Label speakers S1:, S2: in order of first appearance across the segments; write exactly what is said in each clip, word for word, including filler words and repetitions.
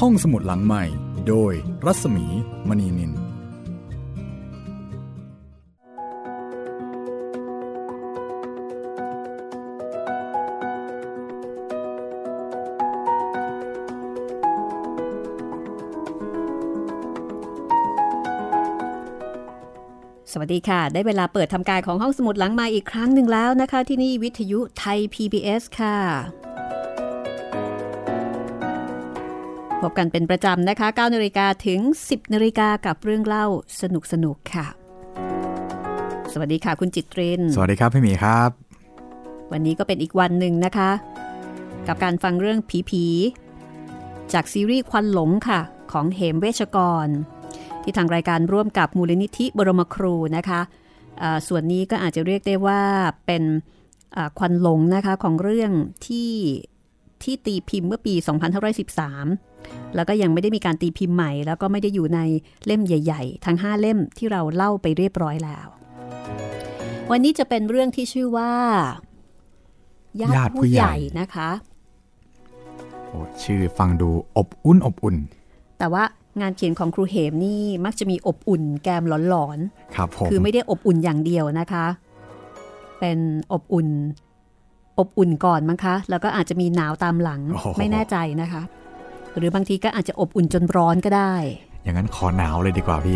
S1: ห้องสมุดหลังใหม่โดยรัศมีมณีนิน
S2: สวัสดีค่ะได้เวลาเปิดทำการของห้องสมุดหลังไมค์อีกครั้งหนึ่งแล้วนะคะที่นี่วิทยุไทย พี บี เอส ค่ะพบกันเป็นประจำนะคะ เก้านาฬิกาถึง สิบนาฬิกากับเรื่องเล่าสนุกๆค่ะสวัสดีค่ะคุณจิตริน
S1: สวัสดีครับพี่หมีครับ
S2: วันนี้ก็เป็นอีกวันหนึ่งนะคะกับการฟังเรื่องผีๆจากซีรีส์ควันหลงค่ะของเหมเวชกรที่ทางรายการร่วมกับมูลนิธิบรมครูนะคะส่วนนี้ก็อาจจะเรียกได้ว่าเป็นควันหลงนะคะของเรื่องที่ที่ตีพิมพ์เมื่อปีสองพันห้าร้อยสิบสามแล้วก็ยังไม่ได้มีการตีพิมพ์ใหม่แล้วก็ไม่ได้อยู่ในเล่มใหญ่ๆทั้งห้าเล่มที่เราเล่าไปเรียบร้อยแล้ววันนี้จะเป็นเรื่องที่ชื่อว่าญาติผู้ใหญ่นะคะ
S1: โอ้ชื่อฟังดูอบอุ่นอบอุ่น
S2: แต่ว่างานเขียนของครูเหมนี่มักจะมีอบอุ่นแกมหลอน
S1: ๆครับผม
S2: คือไม่ได้อบอุ่นอย่างเดียวนะคะเป็นอบอุ่นอบอุ่นก่อนมั้งคะแล้วก็อาจจะมีหนาวตามหลังไม่แน่ใจนะคะหรือบางทีก็อาจจะอบอุ่นจนร้อนก็ได้
S1: อย่างนั้นขอหนาวเลยดีกว่าพี่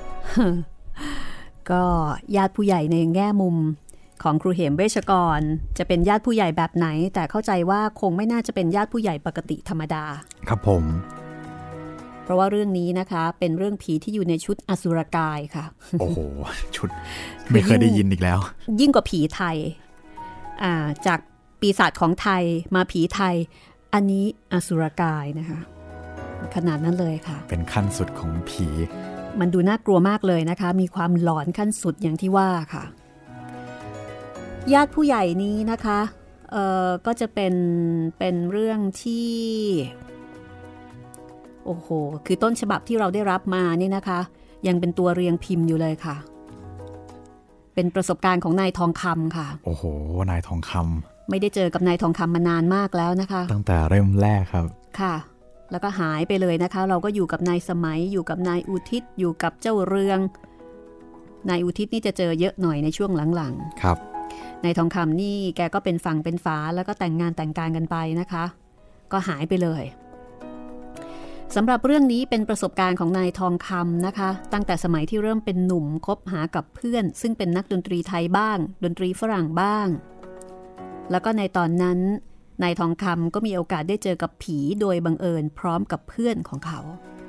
S2: ก็ญาติผู้ใหญ่ในแง่มุมของครูเหมเวชกรจะเป็นญาติผู้ใหญ่แบบไหนแต่เข้าใจว่าคงไม่น่าจะเป็นญาติผู้ใหญ่ปกติธรรมดา
S1: ครับผม
S2: เพราะว่าเรื่องนี้นะคะเป็นเรื่องผีที่อยู่ในชุดอสุรกายค่ะ
S1: โอ้โหชุดไม่เคยได้ยินอีกแล้ว
S2: ยิ่งกว่าผีไทยอ่าจากปีศาจของไทยมาผีไทยอันนี้อสุรกายนะคะขนาดนั้นเลยค่ะ
S1: เป็นขั้นสุดของผี
S2: มันดูน่ากลัวมากเลยนะคะมีความหลอนขั้นสุดอย่างที่ว่าค่ะญาติผู้ใหญ่นี้นะคะเอ่อก็จะเป็นเป็นเรื่องที่โอ้โหคือต้นฉบับที่เราได้รับมานี่นะคะยังเป็นตัวเรียงพิมพ์อยู่เลยค่ะเป็นประสบการณ์ของนายทองคำค่ะ
S1: โอ้โหนายทองค
S2: ำไม่ได้เจอกับนายทองคำมานานมากแล้วนะคะ
S1: ตั้งแต่เริ่มแรกครับ
S2: ค่ะแล้วก็หายไปเลยนะคะเราก็อยู่กับนายสมัยอยู่กับนายอุทิศอยู่กับเจ้าเรืองนายอุทิศนี่จะเจอเยอะหน่อยในช่วงหลัง
S1: ๆครับ
S2: นายทองคำนี่แกก็เป็นฝั่งเป็นฝาแล้วก็แต่งงานแต่งการกันไปนะคะก็หายไปเลยสำหรับเรื่องนี้เป็นประสบการณ์ของนายทองคำนะคะตั้งแต่สมัยที่เริ่มเป็นหนุ่มคบหากับเพื่อนซึ่งเป็นนักดนตรีไทยบ้างดนตรีฝรั่งบ้างแล้วก็ในตอนนั้นนายทองคำก็มีโอกาสได้เจอกับผีโดยบังเอิญพร้อมกับเพื่อนของเขา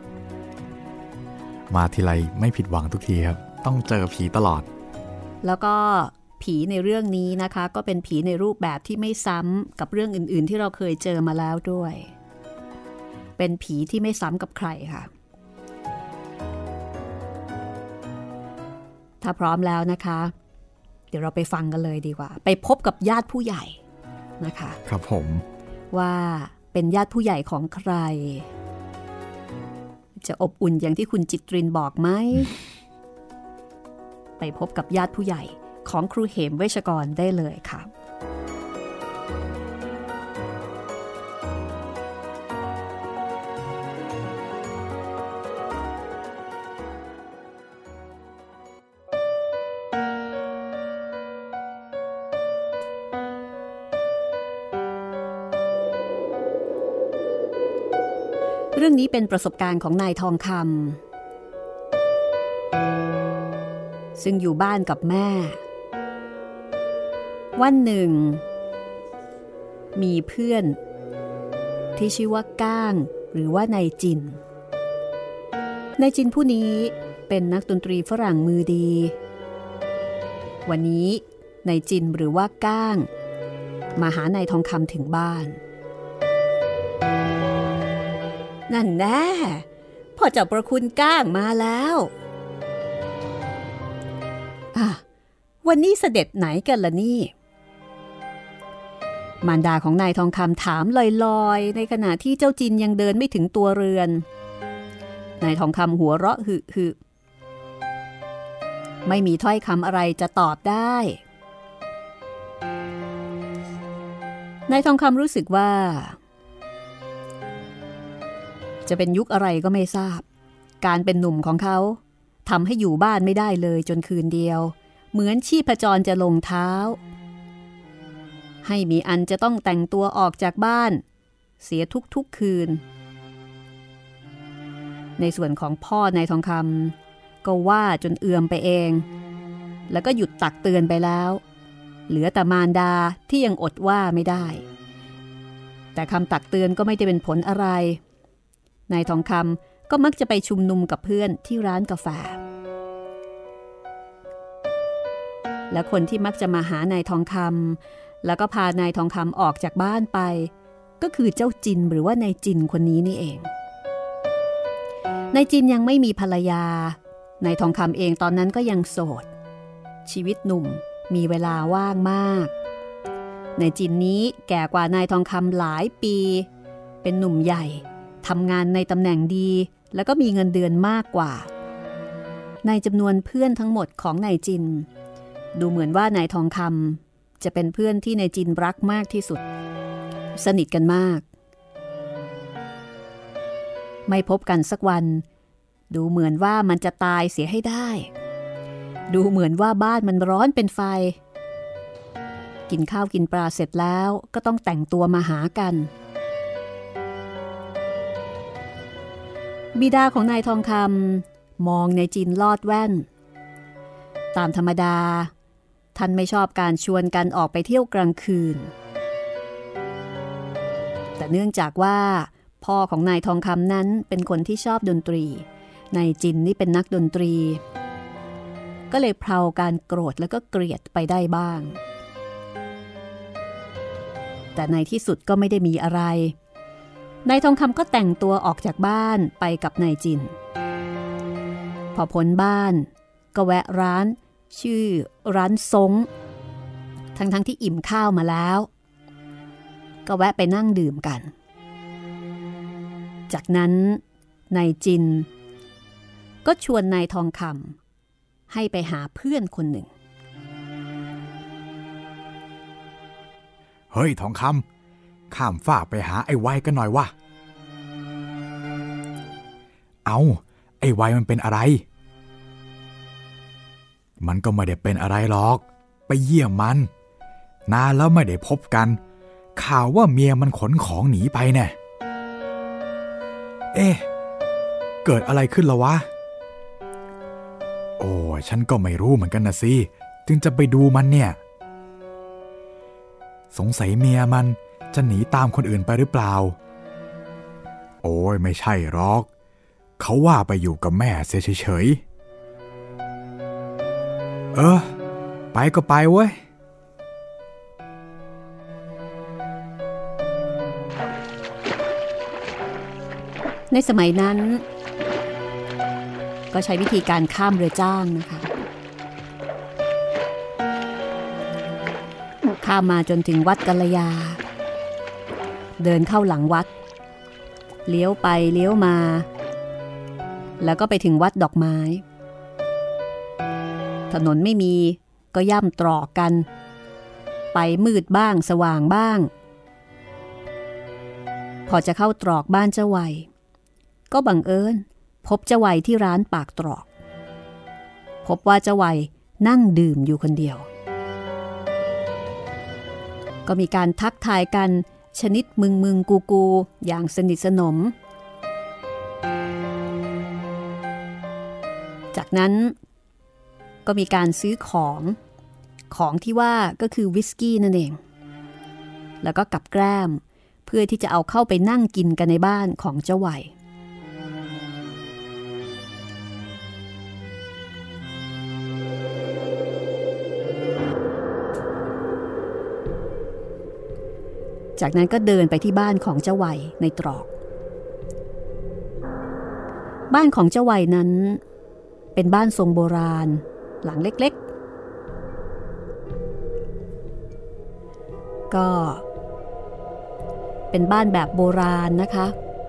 S1: มาทีไรไม่ผิดหวังทุกทีครับต้องเจอผีตลอด
S2: แล้วก็ผีในเรื่องนี้นะคะก็เป็นผีในรูปแบบที่ไม่ซ้ำกับเรื่องอื่นๆที่เราเคยเจอมาแล้วด้วยเป็นผีที่ไม่ซ้ำกับใครค่ะถ้าพร้อมแล้วนะคะเดี๋ยวเราไปฟังกันเลยดีกว่าไปพบกับญาติผู้ใหญ่นะคะ
S1: ครับผม
S2: ว่าเป็นญาติผู้ใหญ่ของใครจะอบอุ่นอย่างที่คุณจิตรินบอกไหม ไปพบกับญาติผู้ใหญ่ของครูเหมเวชกรได้เลยค่ะเรื่องนี้เป็นประสบการณ์ของนายทองคำซึ่งอยู่บ้านกับแม่วันหนึ่งมีเพื่อนที่ชื่อว่าก้างหรือว่านายจินนายจินผู้นี้เป็นนักดนตรีฝรั่งมือดีวันนี้นายจินหรือว่าก้างมาหานายทองคำถึงบ้านนั่นแน่พ่อเจ้าประคุณก้างมาแล้วอ่ะวันนี้เสด็จไหนกันล่ะนี่มารดาของนายทองคำถามลอยๆในขณะที่เจ้าจินยังเดินไม่ถึงตัวเรือนนายทองคำหัวเราะหึหึไม่มีถ้อยคำอะไรจะตอบได้นายทองคำรู้สึกว่าจะเป็นยุคอะไรก็ไม่ทราบการเป็นหนุ่มของเขาทำให้อยู่บ้านไม่ได้เลยจนคืนเดียวเหมือนชีพจรจะลงเท้าให้มีอันจะต้องแต่งตัวออกจากบ้านเสียทุกๆคืนในส่วนของพ่อนายทองคำก็ว่าจนเอือมไปเองแล้วก็หยุดตักเตือนไปแล้วเหลือแต่มารดาที่ยังอดว่าไม่ได้แต่คำตักเตือนก็ไม่ได้เป็นผลอะไรนายทองคำก็มักจะไปชุมนุมกับเพื่อนที่ร้านกาแฟและคนที่มักจะมาหานายทองคำแล้วก็พานายทองคำออกจากบ้านไปก็คือเจ้าจินหรือว่านายจินคนนี้นี่เองนายจินยังไม่มีภรรยานายทองคำเองตอนนั้นก็ยังโสดชีวิตหนุ่มมีเวลาว่างมากนายจินนี้แก่กว่านายทองคำหลายปีเป็นหนุ่มใหญ่ทำงานในตำแหน่งดีแล้วก็มีเงินเดือนมากกว่าในจำนวนเพื่อนทั้งหมดของนายจินดูเหมือนว่านายทองคำจะเป็นเพื่อนที่นายจินรักมากที่สุดสนิทกันมากไม่พบกันสักวันดูเหมือนว่ามันจะตายเสียให้ได้ดูเหมือนว่าบ้านมันร้อนเป็นไฟกินข้าวกินปลาเสร็จแล้วก็ต้องแต่งตัวมาหากันบิดาของนายทองคำมองนายจินลอดแว่นตามธรรมดาท่านไม่ชอบการชวนกันออกไปเที่ยวกลางคืนแต่เนื่องจากว่าพ่อของนายทองคำนั้นเป็นคนที่ชอบดนตรีนายจินนี่เป็นนักดนตรีก็เลยเพลาการโกรธแล้วก็เกลียดไปได้บ้างแต่ในที่สุดก็ไม่ได้มีอะไรนายทองคำก็แต่งตัวออกจากบ้านไปกับนายจินพอพ้นบ้านก็แวะร้านชื่อร้านซงทั้งทั้งที่อิ่มข้าวมาแล้วก็แวะไปนั่งดื่มกันจากนั้นนายจินก็ชวนนายทองคำให้ไปหาเพื่อนคนหนึ่ง
S1: เฮ้ยทองคำข้ามฟากไปหาไอ้ไวกันหน่อยวะเอาไอ้ไวมันเป็นอะไรมันก็ไม่ได้เป็นอะไรหรอกไปเยี่ยมมันนานแล้วไม่ได้พบกันข่าวว่าเมียมันขนของหนีไปแน่เอ๊ะเกิดอะไรขึ้นละวะโอ้ฉันก็ไม่รู้เหมือนกันนะสิจึงจะไปดูมันเนี่ยสงสัยเมียมันจะหนีตามคนอื่นไปหรือเปล่าโอ้ยไม่ใช่หรอกเขาว่าไปอยู่กับแม่เสียเฉยๆเออไปก็ไปเว้ย
S2: ในสมัยนั้นก็ใช้วิธีการข้ามเรือจ้างนะคะข้ามมาจนถึงวัดกัลยาเดินเข้าหลังวัดเลี้ยวไปเลี้ยวมาแล้วก็ไปถึงวัดดอกไม้ถนนไม่มีก็ย่ำตรอกกันไปมืดบ้างสว่างบ้างพอจะเข้าตรอกบ้านเจ้าไวก็บังเอิญพบเจ้าไวที่ร้านปากตรอกพบว่าเจ้าไวนั่งดื่มอยู่คนเดียวก็มีการทักทายกันชนิดมึงมึงกูกูอย่างสนิทสนมจากนั้นก็มีการซื้อของของที่ว่าก็คือวิสกี้นั่นเองแล้วก็กับแกล้มเพื่อที่จะเอาเข้าไปนั่งกินกันในบ้านของเจ้าไวจากนั้นก็เดินไปที่บ้านของเจ้าไวในตรอกบ้านของเจ้าไวนั้นเป็นบ้านทรงโบราณหลังเล็กๆก็เป็นบ้านแบบโบราณนะคะ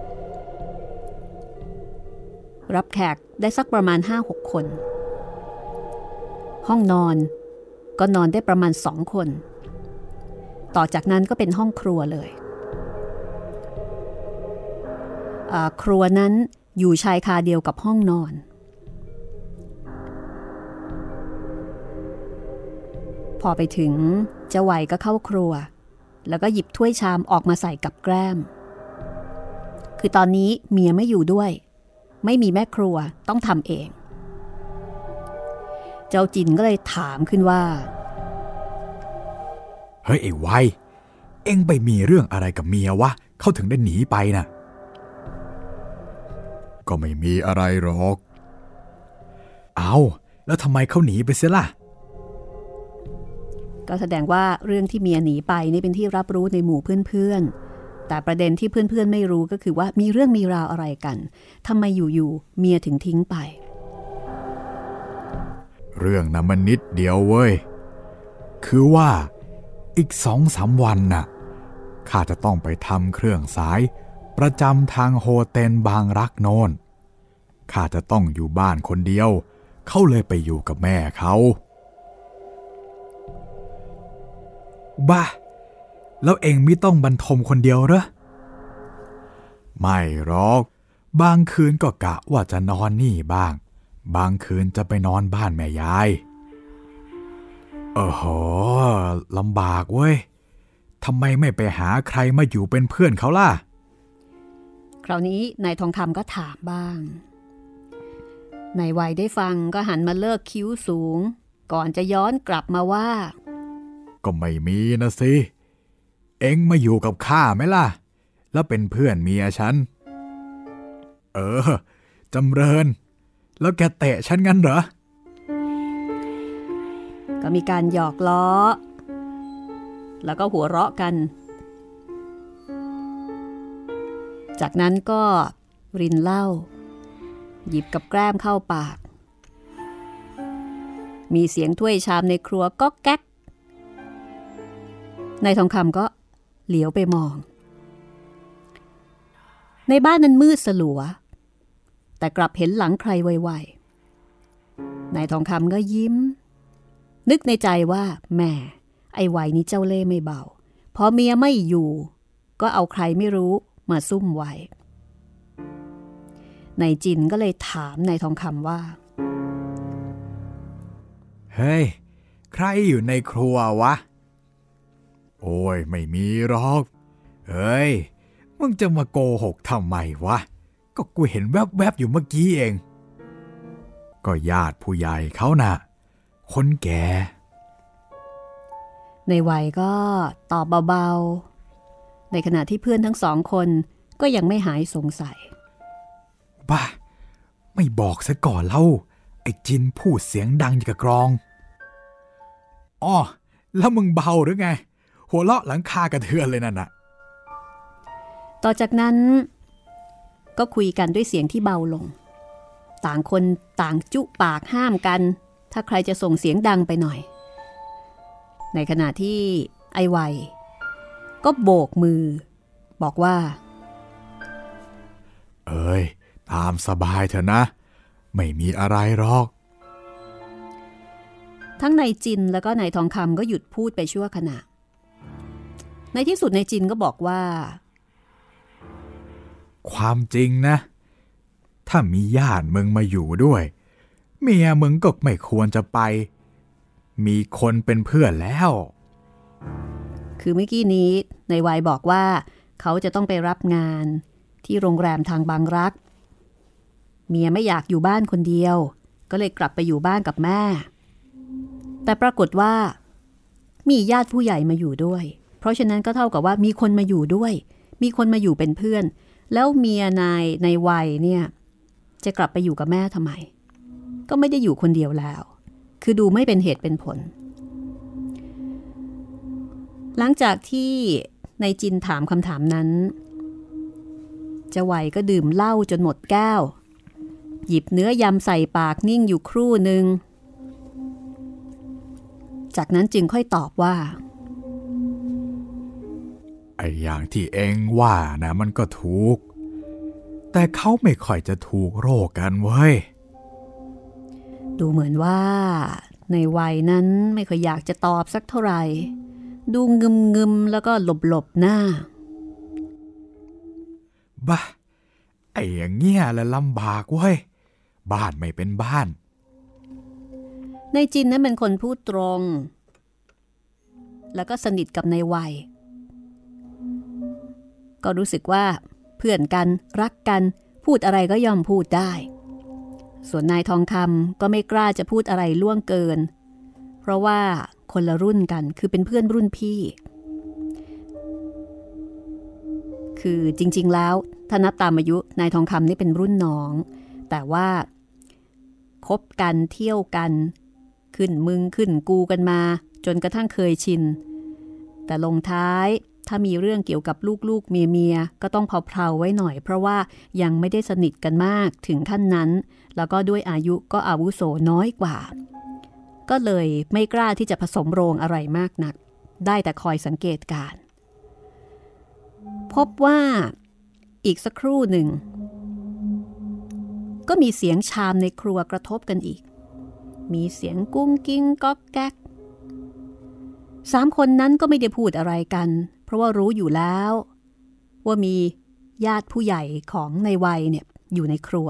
S2: รับแขกได้สักประมาณ ห้าหก คนห้องนอนก็นอนได้ประมาณสองคนต่อจากนั้นก็เป็นห้องครัวเลยครัวนั้นอยู่ชายคาเดียวกับห้องนอนพอไปถึงเจ้าไวก็เข้าครัวแล้วก็หยิบถ้วยชามออกมาใส่กับแกล้มคือตอนนี้เมียไม่อยู่ด้วยไม่มีแม่ครัวต้องทำเองเจ้าจินก็เลยถามขึ้นว่า
S1: เฮ้ยไอ้ไวเอ็งไปมีเรื่องอะไรกับเมียวะเขาถึงได้หนีไปน่ะก็ไม่มีอะไรหรอกเอาแล้วทำไมเขาหนีไปเสียล่ะ
S2: ก็แสดงว่าเรื่องที่เมียหนีไปนี่เป็นที่รับรู้ในหมู่เพื่อนๆแต่ประเด็นที่เพื่อนๆไม่รู้ก็คือว่ามีเรื่องมีราวอะไรกันทำไมอยู่ๆเมียถึงทิ้งไป
S1: เรื่องน่ะมันนิดเดียวเว้ยคือว่าอีกสองสามวันน่ะข้าจะต้องไปทำเครื่องสายประจำทางโฮเทลบางรักโนนข้าจะต้องอยู่บ้านคนเดียวเขาเลยไปอยู่กับแม่เขาบ้าแล้วเอ็งไม่ต้องบรรทมคนเดียวเหรอไม่หรอกบางคืนก็กะว่าจะนอนนี่บ้างบางคืนจะไปนอนบ้านแม่ยายเออโหลำบากเว้ยทำไมไม่ไปหาใครมาอยู่เป็นเพื่อนเขาล่ะ
S2: คราวนี้นายทองคำก็ถามบ้างนายไวได้ฟังก็หันมาเลิกคิ้วสูงก่อนจะย้อนกลับมาว่า
S1: ก็ไม่มีนะสิเอ็งมาอยู่กับข้าไหมล่ะแล้วเป็นเพื่อนเมียฉันเออจำเริญแล้วแกเตะฉันงั้นเหรอ
S2: ก็มีการหยอกล้อแล้วก็หัวเราะกันจากนั้นก็รินเหล้าหยิบกับแกล้มเข้าปากมีเสียงถ้วยชามในครัวก็แก๊กนายทองคำก็เหลียวไปมองในบ้านนั้นมืดสลัวแต่กลับเห็นหลังใครไวๆนายทองคำก็ยิ้มนึกในใจว่าแหมไอ้ไวนี้เจ้าเล่ห์ไม่เบาพอเมียไม่อยู่ก็เอาใครไม่รู้มาซุ่มไว้นายจินก็เลยถามนายทองคำว่า
S1: เฮ้ยใครอยู่ในครัววะโอ้ยไม่มีหรอกเฮ้ยมึงจะมาโกหกทำไมวะก็กูเห็นแวบๆอยู่เมื่อกี้เองก็ญาติผู้ใหญ่เขาน่ะคนแก่
S2: ในวัยก็ตอบเบาๆในขณะที่เพื่อนทั้งสองคนก็ยังไม่หายสงสัย
S1: บ้าไม่บอกซะก่อนเล่าไอ้จินพูดเสียงดังอย่างกับกรองอ้อแล้วมึงเบาหรือไงหัวเราะหลังคากระเทือนเลยนั่นน่ะ
S2: ต่อจากนั้นก็คุยกันด้วยเสียงที่เบาลงต่างคนต่างจุปากห้ามกันถ้าใครจะส่งเสียงดังไปหน่อยในขณะที่ไอ้ไวก็โบกมือบอกว่า
S1: เอ้ยตามสบายเถอะนะไม่มีอะไรหรอก
S2: ทั้งนายจินแล้วก็นายทองคำก็หยุดพูดไปชั่วขณะในที่สุดนายจินก็บอกว่า
S1: ความจริงนะถ้ามีญาติมึงมาอยู่ด้วยเมียมึงก็ไม่ควรจะไปมีคนเป็นเพื่อนแล้ว
S2: คือเมื่อกี้นี้นายไวบอกว่าเขาจะต้องไปรับงานที่โรงแรมทางบางรักเมียไม่อยากอยู่บ้านคนเดียวก็เลยกลับไปอยู่บ้านกับแม่แต่ปรากฏว่ามีญาติผู้ใหญ่มาอยู่ด้วยเพราะฉะนั้นก็เท่ากับว่ามีคนมาอยู่ด้วยมีคนมาอยู่เป็นเพื่อนแล้วเมียนายในวัยเนี่ยจะกลับไปอยู่กับแม่ทำไมก็ไม่ได้อยู่คนเดียวแล้วคือดูไม่เป็นเหตุเป็นผลหลังจากที่นายจินถามคำถามนั้นเจ้าวัยก็ดื่มเหล้าจนหมดแก้วหยิบเนื้อยำใส่ปากนิ่งอยู่ครู่หนึ่งจากนั้นจึงค่อยตอบว่า
S1: ไอ้อย่างที่เอ็งว่านะมันก็ถูกแต่เขาไม่ค่อยจะถูกโรคกันเว้ย
S2: ดูเหมือนว่าในวัยนั้นไม่ค่อยอยากจะตอบสักเท่าไหร่ดูงึมงึมแล้วก็หลบหลบหน้า
S1: บ้าไอ้อย่างเงี้ยแหละลำบากเว้ยบ้านไม่เป็นบ้าน
S2: นายจินนั้นเป็นคนพูดตรงแล้วก็สนิทกับนายวัยก็รู้สึกว่าเพื่อนกันรักกันพูดอะไรก็ยอมพูดได้ส่วนนายทองคำก็ไม่กล้าจะพูดอะไรล่วงเกินเพราะว่าคนละรุ่นกันคือเป็นเพื่อนรุ่นพี่คือจริงๆแล้วถ้านับตามอายุนายทองคำนี่เป็นรุ่นน้องแต่ว่าคบกันเที่ยวกันขึ้นมึงขึ้นกูกันมาจนกระทั่งเคยชินแต่ลงท้ายถ้ามีเรื่องเกี่ยวกับลูกๆเมียๆก็ต้องเผาๆไว้หน่อยเพราะว่ายังไม่ได้สนิทกันมากถึงขั้นนั้นแล้วก็ด้วยอายุก็อาวุโสน้อยกว่าก็เลยไม่กล้าที่จะผสมโรงอะไรมากนักได้แต่คอยสังเกตการพบว่าอีกสักครู่หนึ่งก็มีเสียงชามในครัวกระทบกันอีกมีเสียงกุ้งกิ้งก๊อกแก๊กสามคนนั้นก็ไม่ได้พูดอะไรกันเพราะว่ารู้อยู่แล้วว่ามีญาติผู้ใหญ่ของในวัยเนี่ยอยู่ในครัว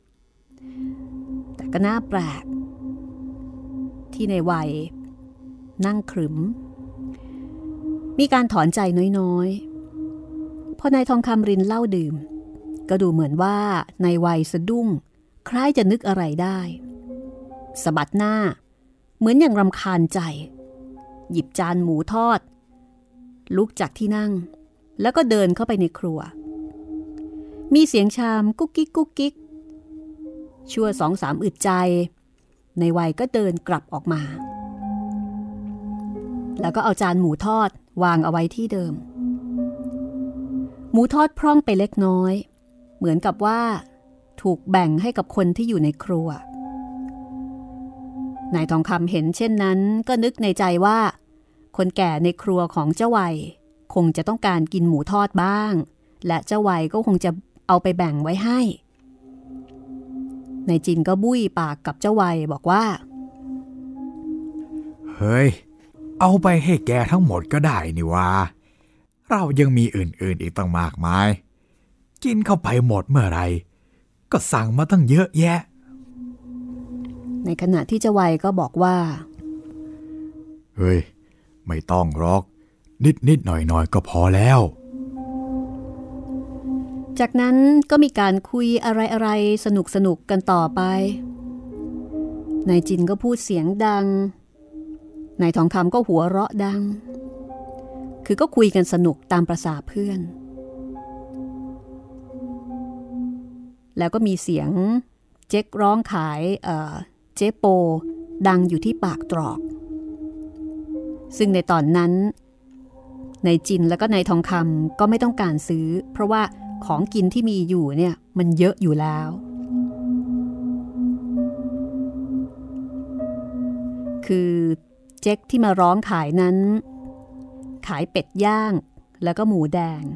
S2: แต่ก็น่าแปลกที่ในวัยนั่งขรึมมีการถอนใจน้อยๆพอนายทองคำรินเหล้าดื่มก็ดูเหมือนว่าในวัยสะดุ้งคล้ายจะนึกอะไรได้สะบัดหน้าเหมือนอย่างรำคาญใจหยิบจานหมูทอดลุกจากที่นั่งแล้วก็เดินเข้าไปในครัวมีเสียงชามกุ๊กกิ๊กกุ๊กกิ๊กชั่วสองสามอึดใจในวัยก็เดินกลับออกมาแล้วก็เอาจานหมูทอดวางเอาไว้ที่เดิมหมูทอดพร่องไปเล็กน้อยเหมือนกับว่าถูกแบ่งให้กับคนที่อยู่ในครัวนายทองคำเห็นเช่นนั้นก็นึกในใจว่าคนแก่ในครัวของเจ้าวัยคงจะต้องการกินหมูทอดบ้างและเจ้าวัยก็คงจะเอาไปแบ่งไว้ให้นายจินก็บุ้ยปากกับเจ้าวัยบอกว่า
S1: เฮ้ยเอาไปให้แกทั้งหมดก็ได้นี่วะเรายังมีอื่นๆอีกตั้งมากมายกินเข้าไปหมดเมื่อไรก็สั่งมาตั้งเยอะแยะ
S2: ในขณะที่เจ้าวัยก็บอกว่า
S1: เฮ้ยไม่ต้องหรอกนิดนิดหน่อยหน่อยก็พอแล้ว
S2: จากนั้นก็มีการคุยอะไรอะไรสนุกสนุกกันต่อไปนายจินก็พูดเสียงดังนายทองคำก็หัวเราะดังคือก็คุยกันสนุกตามประสาเพื่อนแล้วก็มีเสียงเจ๊กร้องขายเอ่อเจ๊โปดังอยู่ที่ปากตรอกซึ่งในตอนนั้นนายจินแล้วก็นายทองคำก็ไม่ต้องการซื้อเพราะว่าของกินที่มีอยู่เนี่ยมันเยอะอยู่แล้วคือเจ๊กที่มาร้องขายนั้นขายเป็ดย่างแล้วก็หมูแดง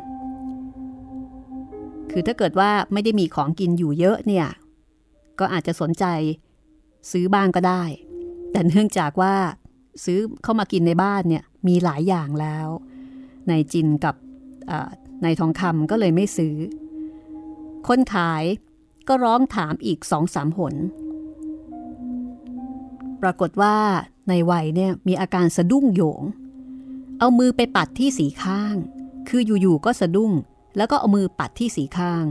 S2: คือถ้าเกิดว่าไม่ได้มีของกินอยู่เยอะเนี่ยก็อาจจะสนใจซื้อบ้างก็ได้แต่เนื่องจากว่าซื้อเข้ามากินในบ้านเนี่ยมีหลายอย่างแล้วนายจินกับนายทองคำก็เลยไม่ซื้อคนขายก็ร้องถามอีกสองสามหนปรากฏว่าในวัยเนี่ยมีอาการสะดุ้งโหยงเอามือไปปัดที่สีข้างคืออยู่ๆก็สะดุ้งแล้วก็เอามือปัดที่สีข้าง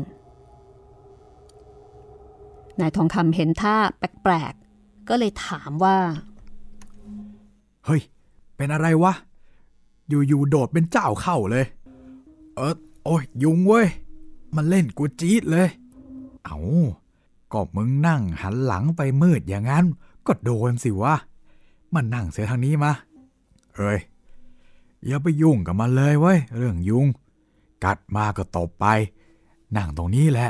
S2: นายทองคำเห็นท่าแปลกๆก็เลยถามว่า
S1: เฮ้ยเป็นอะไรวะอยู่ๆโดดเป็นเจ้าเข้าเลยเออโอ้ยยุงเว้ยมันเล่นกูจี๊ดเลยเอาก็มึงนั่งหันหลังไปมืดอย่างนั้นก็โดนสิวะมันนั่งเสียทางนี้มาเอ้ยอย่าไปยุ่งกับมันเลยเว้ยเรื่องยุงกัดมาก็ตบไปนั่งตรงนี้แหละ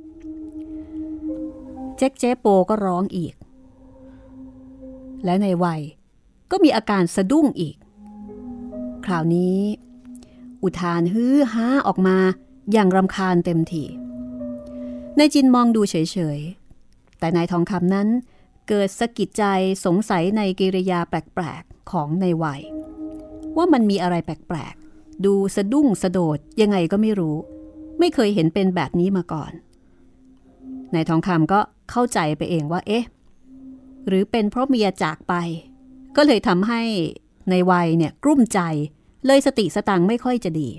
S2: เจ๊กเจ๊โปก็ร้องอีกและในวัยก็มีอาการสะดุ้งอีกคราวนี้อุทานฮือฮาออกมาอย่างรำคาญเต็มทีนายจินมองดูเฉยๆแต่นายทองคำนั้นเกิดสะกิดใจสงสัยในกิริยาแปลกๆของในวัยว่ามันมีอะไรแปลกๆดูสะดุ้งสะโดดยังไงก็ไม่รู้ไม่เคยเห็นเป็นแบบนี้มาก่อนนายทองคำก็เข้าใจไปเองว่าเอ๊ะหรือเป็นเพราะเมียจากไปก็เลยทำให้ในวัยเนี่ยกลุ้มใจเลยสติสตังไม่ค่อยจะดี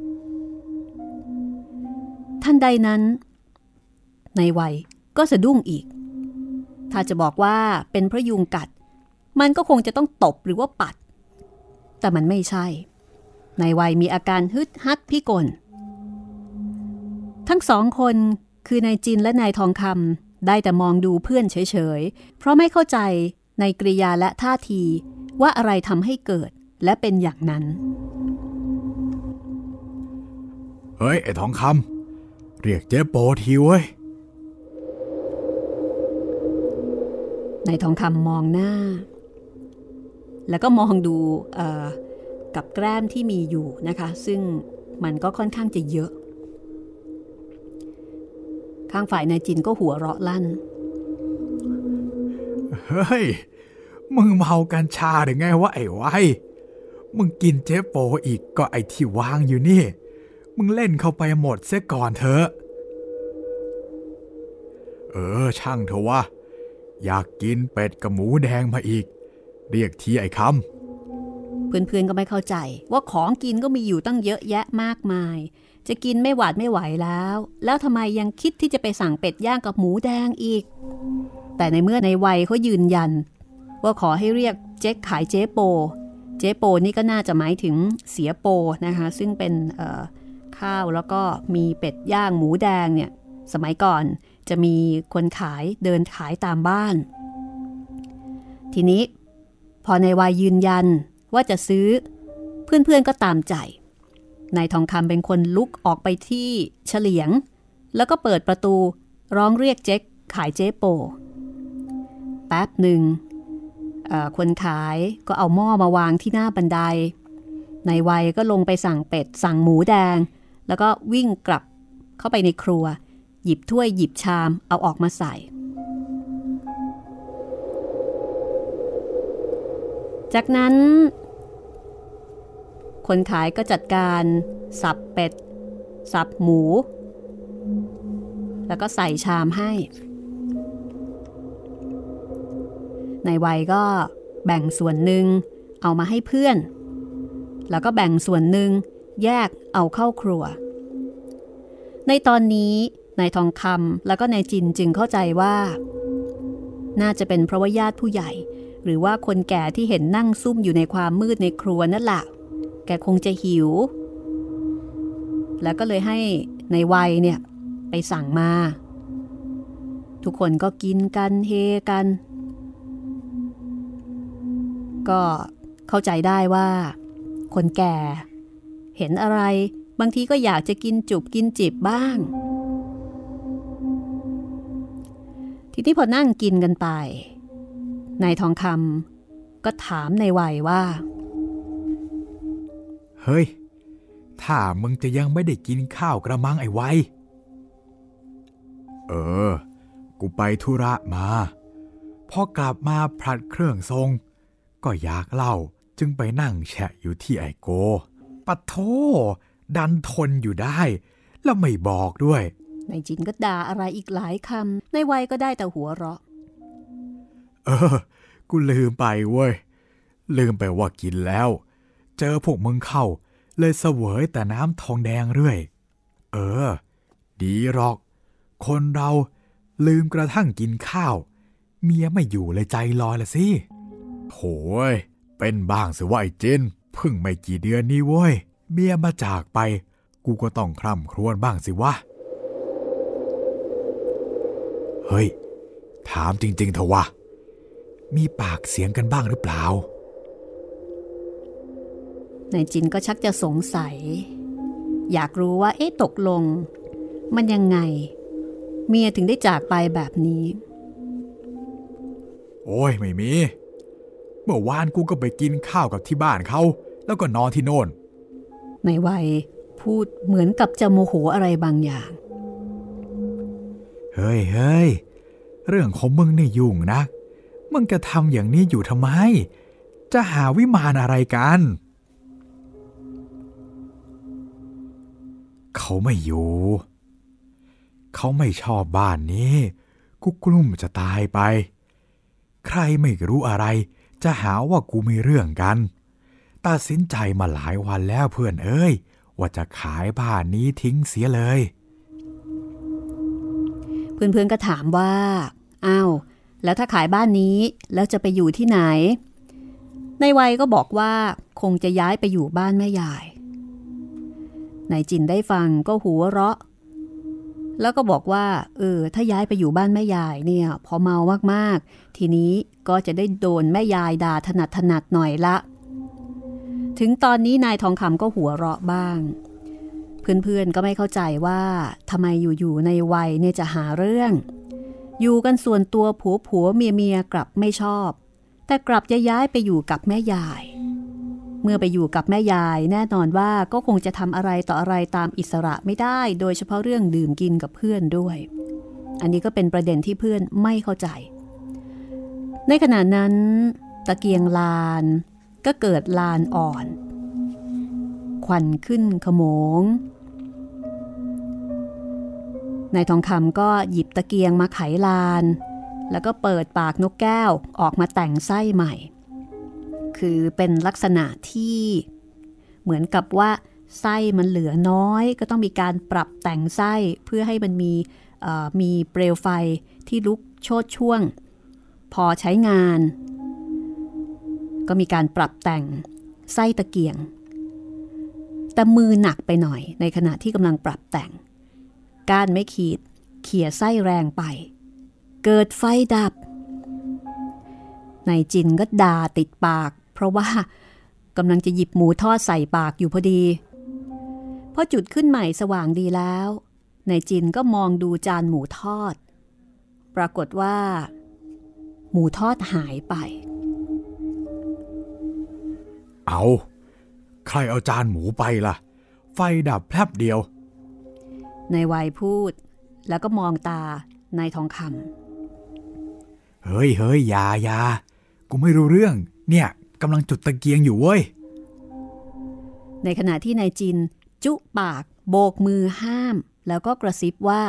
S2: ทันใดนั้นในวัยก็สะดุ้งอีกถ้าจะบอกว่าเป็นเพราะยุงกัดมันก็คงจะต้องตบหรือว่าปัดแต่มันไม่ใช่ในวัยมีอาการฮึดฮัดพิกลทั้งสองคนคือนายจินและนายทองคำได้แต่มองดูเพื่อนเฉยๆเพราะไม่เข้าใจในกริยาและท่าทีว่าอะไรทำให้เกิดและเป็นอย่างนั้น
S1: เฮ้ยไอ้ทองคำเรียกเจ๊โปทีเว้ย
S2: นายทองคำมองหน้าแล้วก็มองดูเอ่อกับแกล้มที่มีอยู่นะคะซึ่งมันก็ค่อนข้างจะเยอะข้างฝ่ายนายจินก็หัวเราะลั่น
S1: เฮ้ยมึงเมากัญชาหรือไงวะไอ้ไว้มึงกินเจ๊โปอีกก็ไอ้ที่วางอยู่นี่มึงเล่นเข้าไปหมดเสียก่อนเถอะเออช่างเถอะวะอยากกินเป็ดกับหมูแดงมาอีกเรียกทีไอ้คำ
S2: เพื่อนๆก็ไม่เข้าใจว่าของกินก็มีอยู่ตั้งเยอะแยะมากมายจะกินไม่หวาดไม่ไหวแล้วแล้วทำไมยังคิดที่จะไปสั่งเป็ดย่างกับหมูแดงอีกแต่ในเมื่อในวัยเขายืนยันว่าขอให้เรียกเจ๊ขายเจ๊โปเจ๊โปนี่ก็น่าจะหมายถึงเสียโปนะคะซึ่งเป็นข้าวแล้วก็มีเป็ดย่างหมูแดงเนี่ยสมัยก่อนจะมีคนขายเดินขายตามบ้านทีนี้พอในวัยยืนยันว่าจะซื้อเพื่อนๆก็ตามใจนายทองคำเป็นคนลุกออกไปที่เฉลียงแล้วก็เปิดประตูร้องเรียกเจ๊ขายเจ๊โปแป๊บหนึ่งคนขายก็เอาหม้อมาวางที่หน้าบันไดนายวัยก็ลงไปสั่งเป็ดสั่งหมูแดงแล้วก็วิ่งกลับเข้าไปในครัวหยิบถ้วยหยิบชามเอาออกมาใส่จากนั้นคนขายก็จัดการสับเป็ดสับหมูแล้วก็ใส่ชามให้นายวัยก็แบ่งส่วนหนึ่งเอามาให้เพื่อนแล้วก็แบ่งส่วนหนึ่งแยกเอาเข้าครัวในตอนนี้นายทองคำแล้วก็นายจินจึงเข้าใจว่าน่าจะเป็นเพราะว่าญาติผู้ใหญ่หรือว่าคนแก่ที่เห็นนั่งซุ่มอยู่ในความมืดในครัวนั่นแหละแกคงจะหิวแล้วก็เลยให้ในวัยเนี่ยไปสั่งมาทุกคนก็กินกันเฮกันก็เข้าใจได้ว่าคนแก่เห็นอะไรบางทีก็อยากจะกินจุบกินจิบบ้างทีนี้พอนั่งกินกันไปนายทองคำก็ถามในวัยว่า
S1: เฮ้ยถ้ามึงจะยังไม่ได้กินข้าวกระมังไอ้ไว้เออกูไปธุระมาพอกลับมาพลัดเครื่องทรงก็อยากเล่าจึงไปนั่งแฉะอยู่ที่ไอโกปะโถดันทนอยู่ได้แล้วไม่บอกด้วย
S2: นายจินก็ด่าอะไรอีกหลายคำในวัยก็ได้แต่หัวเราะ
S1: เออกูลืมไปเว้ยลืมไปว่ากินแล้วเจอพวกมึงเข้าเลยเสวยแต่น้ำทองแดงเรื่อยเออดีหรอกคนเราลืมกระทั่งกินข้าวเมียไม่อยู่เลยใจลอยละสิโหยเป็นบ้างสิว่าไอ้จินเพิ่งไม่กี่เดือนนี้เว้ยเมียมาจากไปกูก็ต้องคร่ำครวญบ้างสิวะเฮ้ยถามจริงๆเถอะวะมีปากเสียงกันบ้างหรือเปล่าน
S2: ายจินก็ชักจะสงสัยอยากรู้ว่าเอ๊ะตกลงมันยังไงเมียถึงได้จากไปแบบนี้
S1: โอ้ยไม่มีเมื่อวานกูก็ไปกินข้าวกับที่บ้านเขาแล้วก็นอนที่โน่น
S2: นายวัยพูดเหมือนกับจะโมโหอะไรบางอย่าง
S1: เฮ้ยเฮ้ยเรื่องของมึงนี่ยุ่งนะมึงจะทำอย่างนี้อยู่ทำไมจะหาวิมานอะไรกันเขาไม่อยู่เขเขาไม่ชอบบ้านนี้กูกลุ้มจะตายไปใครไม่รู้อะไรจะหาว่ากูมีเรื่องกันตัดสินใจมาหลายวันแล้วเพื่อนเอ้ยว่าจะขายบ้านนี้ทิ้งเสียเลย
S2: เพื่อนๆก็ถามว่าอ้าวแล้วถ้าขายบ้านนี้แล้วจะไปอยู่ที่ไหนนายวัยก็บอกว่าคงจะย้ายไปอยู่บ้านแม่ยายนายจินได้ฟังก็หัวเราะแล้วก็บอกว่าเออถ้าย้ายไปอยู่บ้านแม่ยายเนี่ยพอเมามากๆทีนี้ก็จะได้โดนแม่ยายด่าถนัดถนัดหน่อยละถึงตอนนี้นายทองคำก็หัวเราะบ้างเพื่อนๆก็ไม่เข้าใจว่าทำไมอยู่ๆในวัยเนี่ยจะหาเรื่องอยู่กันส่วนตัวผัวผัวเมียเมียกลับไม่ชอบแต่กลับจะย้ายไปอยู่กับแม่ยายเมื่อไปอยู่กับแม่ยายแน่นอนว่าก็คงจะทำอะไรต่ออะไรตามอิสระไม่ได้โดยเฉพาะเรื่องดื่มกินกับเพื่อนด้วยอันนี้ก็เป็นประเด็นที่เพื่อนไม่เข้าใจในขณะนั้นตะเกียงลานก็เกิดลานอ่อนควันขึ้นขโมงนายทองคำก็หยิบตะเกียงมาไขลานแล้วก็เปิดปากนกแก้วออกมาแต่งไส้ใหม่คือเป็นลักษณะที่เหมือนกับว่าไส้มันเหลือน้อยก็ต้องมีการปรับแต่งไส้เพื่อให้มันมีมีเปลวไฟที่ลุกโชติช่วงพอใช้งานก็มีการปรับแต่งไส้ตะเกียงแต่มือหนักไปหน่อยในขณะที่กำลังปรับแต่งก้านไม่ขีดเขี่ยไส้แรงไปเกิดไฟดับนายจินก็ด่าติดปากเพราะว่ากำลังจะหยิบหมูทอดใส่ปากอยู่พอดีพอจุดขึ้นใหม่สว่างดีแล้วนายจินก็มองดูจานหมูทอดปรากฏว่าหมูทอดหายไป
S1: เอาใครเอาจานหมูไปล่ะไฟดับแพรบเดียวน
S2: ายวัยพูดแล้วก็มองตานายทองคำ
S1: เฮ้ยเฮ้ยยายากูไม่รู้เรื่องเนี่ยกำลังจุดตะเกียงอยู่เว้ย
S2: ในขณะที่นายจินจุปากโบกมือห้ามแล้วก็กระซิบว่า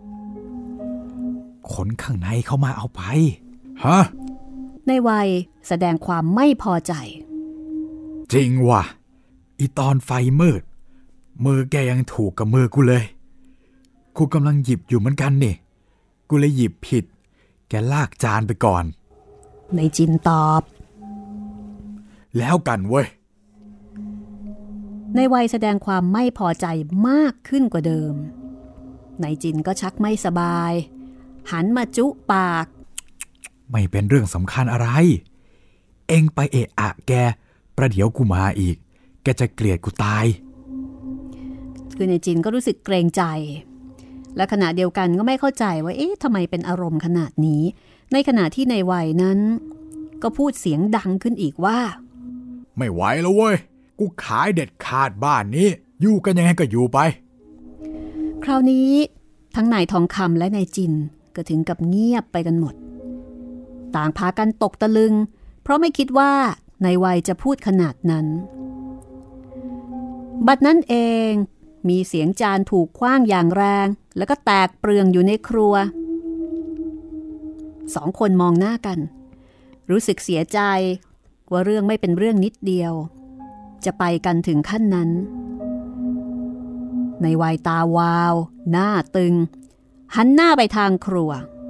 S1: คนข้างในเข้ามาเอาไปฮะ
S2: นายวัยแสดงความไม่พอใจ
S1: จริงว่ะอีตอนไฟมืดมือแกยังถูกกับมือกูเลยกูกำลังหยิบอยู่เหมือนกันนี่กูเลยหยิบผิดแกลากจานไปก่อน
S2: นายจินตอบ
S1: แล้วกันเว้ย
S2: นายวัยแสดงความไม่พอใจมากขึ้นกว่าเดิมนายจินก็ชักไม่สบายหันมาจุปาก
S1: ไม่เป็นเรื่องสำคัญอะไรเอ็งไปเอะอะแกประเดี๋ยวกูมาอีกแกจะเกลียดกูตาย
S2: คือนายจินก็รู้สึกเกรงใจและขณะเดียวกันก็ไม่เข้าใจว่าเอ๊ะทำไมเป็นอารมณ์ขนาดนี้ในขณะที่ในวัยนั้นก็พูดเสียงดังขึ้นอีกว่า
S1: ไม่ไหวแล้วเว้ยกูขายเด็ดขาดบ้านนี้อยู่กันยังไงก็อยู่ไป
S2: คราวนี้ทั้งนายทองคำและนายจินก็ถึงกับเงียบไปกันหมดต่างพากันตกตะลึงเพราะไม่คิดว่านายวัยจะพูดขนาดนั้นบัดนั้นเองมีเสียงจานถูกขว้างอย่างแรงแล้วก็แตกเปลืองอยู่ในครัวสองคนมองหน้ากันรู้สึกเสียใจว่าเรื่องไม่เป็นเรื่องนิดเดียวจะไปกันถึงขั้นนั้นในวัยตาวาวหน้าตึงหันหน้าไปทางครัว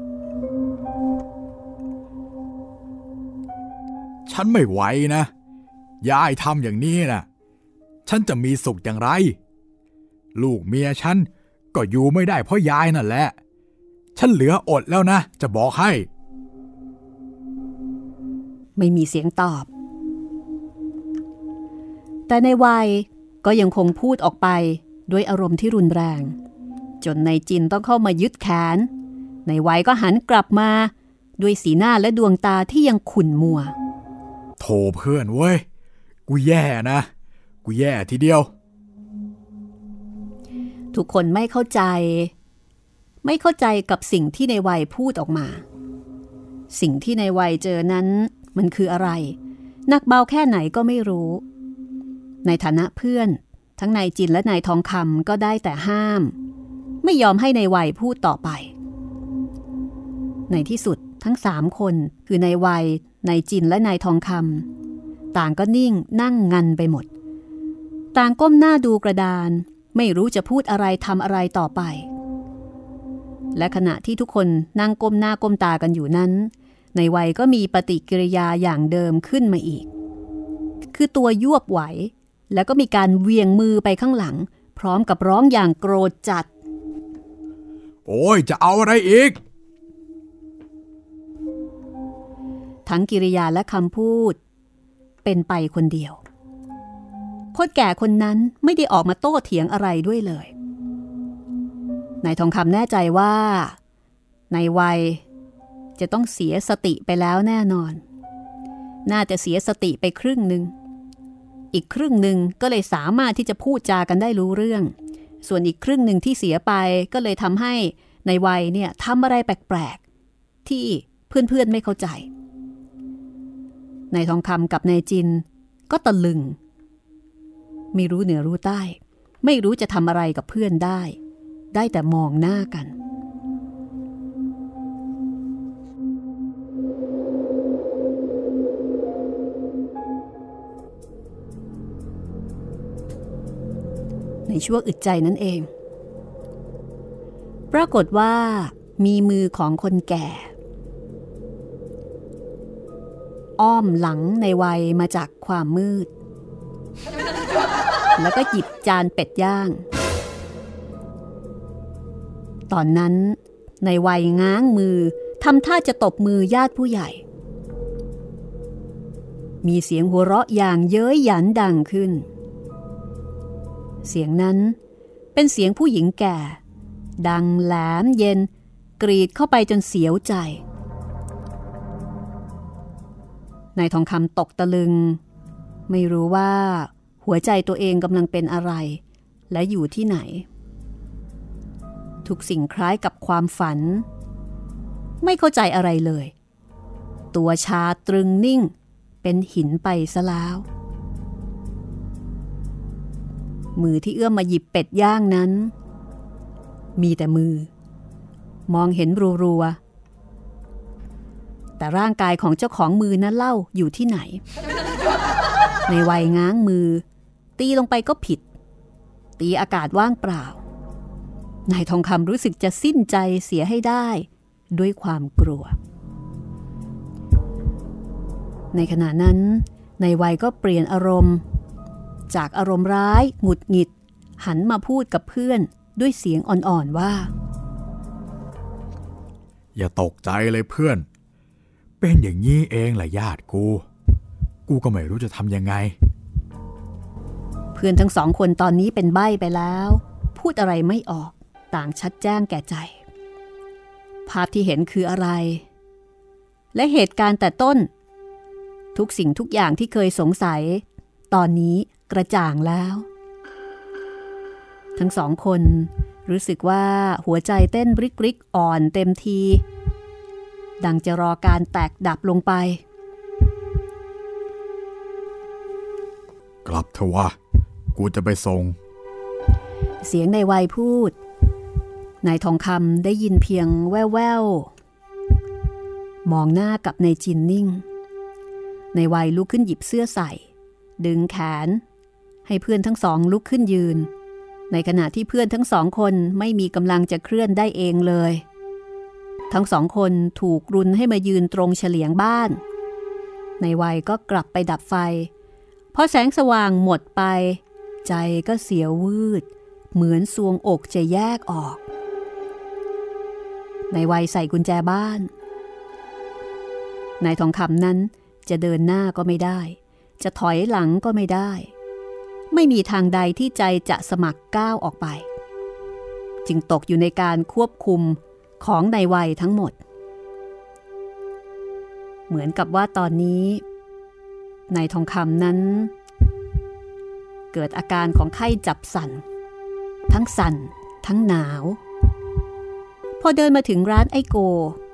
S1: ฉันไม่ไหวนะยายทำอย่างนี้นะฉันจะมีสุขอย่างไรลูกเมียฉันก็อยู่ไม่ได้เพราะยายนั่นแหละฉันเหลืออดแล้วนะจะบอกให้
S2: ไม่มีเสียงตอบแต่ในวัยก็ยังคงพูดออกไปด้วยอารมณ์ที่รุนแรงจนนายจินต้องเข้ามายึดแขนในวัยก็หันกลับมาด้วยสีหน้าและดวงตาที่ยังขุ่นมัว
S1: โธ่เพื่อนเว้ยกูแย่นะกูแย่ทีเดียว
S2: ทุกคนไม่เข้าใจไม่เข้าใจกับสิ่งที่ในวัยพูดออกมาสิ่งที่ในวัยเจอนั้นมันคืออะไรหนักเบาแค่ไหนก็ไม่รู้ในฐานะเพื่อนทั้งนายจินและนายทองคำก็ได้แต่ห้ามไม่ยอมให้นายวัยพูดต่อไปในที่สุดทั้งสามคนคือนายวัยนายจินและนายทองคำต่างก็นิ่งนั่งงันไปหมดต่างก้มหน้าดูกระดานไม่รู้จะพูดอะไรทำอะไรต่อไปและขณะที่ทุกคนนั่งก้มหน้าก้มตากันอยู่นั้นนายวัยก็มีปฏิกิริยาอย่างเดิมขึ้นมาอีกคือตัวยวบไหวแล้วก็มีการเวียงมือไปข้างหลังพร้อมกับร้องอย่างโกรธจัด
S1: โอ้ยจะเอาอะไรอีก
S2: ทั้งกิริยาและคำพูดเป็นไปคนเดียวคนแก่คนนั้นไม่ได้ออกมาโต้เถียงอะไรด้วยเลยนายทองคำแน่ใจว่านายวัยจะต้องเสียสติไปแล้วแน่นอนน่าจะเสียสติไปครึ่งหนึ่งอีกครึ่งหนึ่งก็เลยสามารถที่จะพูดจากันได้รู้เรื่องส่วนอีกครึ่งหนึ่งที่เสียไปก็เลยทำให้นายวัยเนี่ยทำอะไรแปลกๆที่เพื่อนๆไม่เข้าใจนายทองคำกับนายจินก็ตะลึงไม่รู้เหนือรู้ใต้ไม่รู้จะทำอะไรกับเพื่อนได้ได้แต่มองหน้ากันในชั่วอึดใจนั่นเองปรากฏว่ามีมือของคนแก่อ้อมหลังในวัยมาจากความมืดแล้วก็หยิบจานเป็ดย่างตอนนั้นในวัยง้างมือทำท่าจะตบมือญาติผู้ใหญ่มีเสียงหัวเราะอย่างเย้ยหยันดังขึ้นเสียงนั้นเป็นเสียงผู้หญิงแก่ดังแหลมเย็นกรีดเข้าไปจนเสียวใจนายทองคำตกตะลึงไม่รู้ว่าหัวใจตัวเองกำลังเป็นอะไรและอยู่ที่ไหนทุกสิ่งคล้ายกับความฝันไม่เข้าใจอะไรเลยตัวชาตรึงนิ่งเป็นหินไปซะแล้วมือที่เอื้อมมาหยิบเป็ดย่างนั้นมีแต่มือมองเห็นรัวๆแต่ร่างกายของเจ้าของมือนั้นเล่าอยู่ที่ไหนในวัยง้างมือตีลงไปก็ผิดตีอากาศว่างเปล่านายทองคำรู้สึกจะสิ้นใจเสียให้ได้ด้วยความกลัวในขณะนั้นนายวัยก็เปลี่ยนอารมณ์จากอารมณ์ร้ายหงุดหงิดหันมาพูดกับเพื่อนด้วยเสียงอ่อนๆว่า
S1: อย่าตกใจเลยเพื่อนเป็นอย่างนี้เองแหละญาติกูกูก็ไม่รู้จะทำยังไง
S2: เพื่อนทั้งสองคนตอนนี้เป็นใบ้ไปแล้วพูดอะไรไม่ออกต่างชัดแจ้งแก่ใจภาพที่เห็นคืออะไรและเหตุการณ์แต่ต้นทุกสิ่งทุกอย่างที่เคยสงสัยตอนนี้กระจ่างแล้วทั้งสองคนรู้สึกว่าหัวใจเต้นริกริกอ่อนเต็มทีดังจะรอการแตกดับลงไป
S1: กลับเถอะวะกูจะไปส่ง
S2: เสียงในวัยพูดนายทองคำได้ยินเพียงแว่วๆมองหน้ากับนายจินนิ่งในวัยลุกขึ้นหยิบเสื้อใส่ดึงแขนให้เพื่อนทั้งสองลุกขึ้นยืนในขณะที่เพื่อนทั้งสองคนไม่มีกำลังจะเคลื่อนได้เองเลยทั้งสองคนถูกรุนให้มายืนตรงเฉลียงบ้านในวัยก็กลับไปดับไฟพอแสงสว่างหมดไปใจก็เสียวืดเหมือนซวงอกจะแยกออกในวัยใส่กุญแจบ้านนายทองคำนั้นจะเดินหน้าก็ไม่ได้จะถอยหลังก็ไม่ได้ไม่มีทางใดที่ใจจะสมัครก้าวออกไปจึงตกอยู่ในการควบคุมของนายวัยทั้งหมดเหมือนกับว่าตอนนี้นายทองคำนั้นเกิดอาการของไข้จับสั่นทั้งสั่นทั้งหนาวพอเดินมาถึงร้านไอโก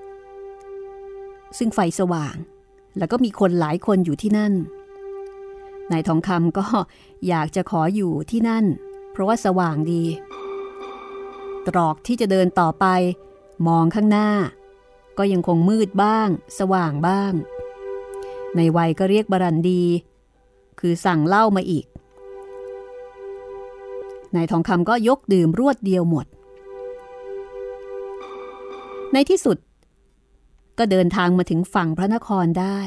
S2: ซึ่งไฟสว่างแล้วก็มีคนหลายคนอยู่ที่นั่นนายทองคำก็อยากจะขออยู่ที่นั่นเพราะว่าสว่างดีตรอกที่จะเดินต่อไปมองข้างหน้าก็ยังคงมืดบ้างสว่างบ้างในวัยก็เรียกบรันดีคือสั่งเหล้ามาอีกนายทองคำก็ยกดื่มรวดเดียวหมดในที่สุดก็เดินทางมาถึงฝั่งพระนครได้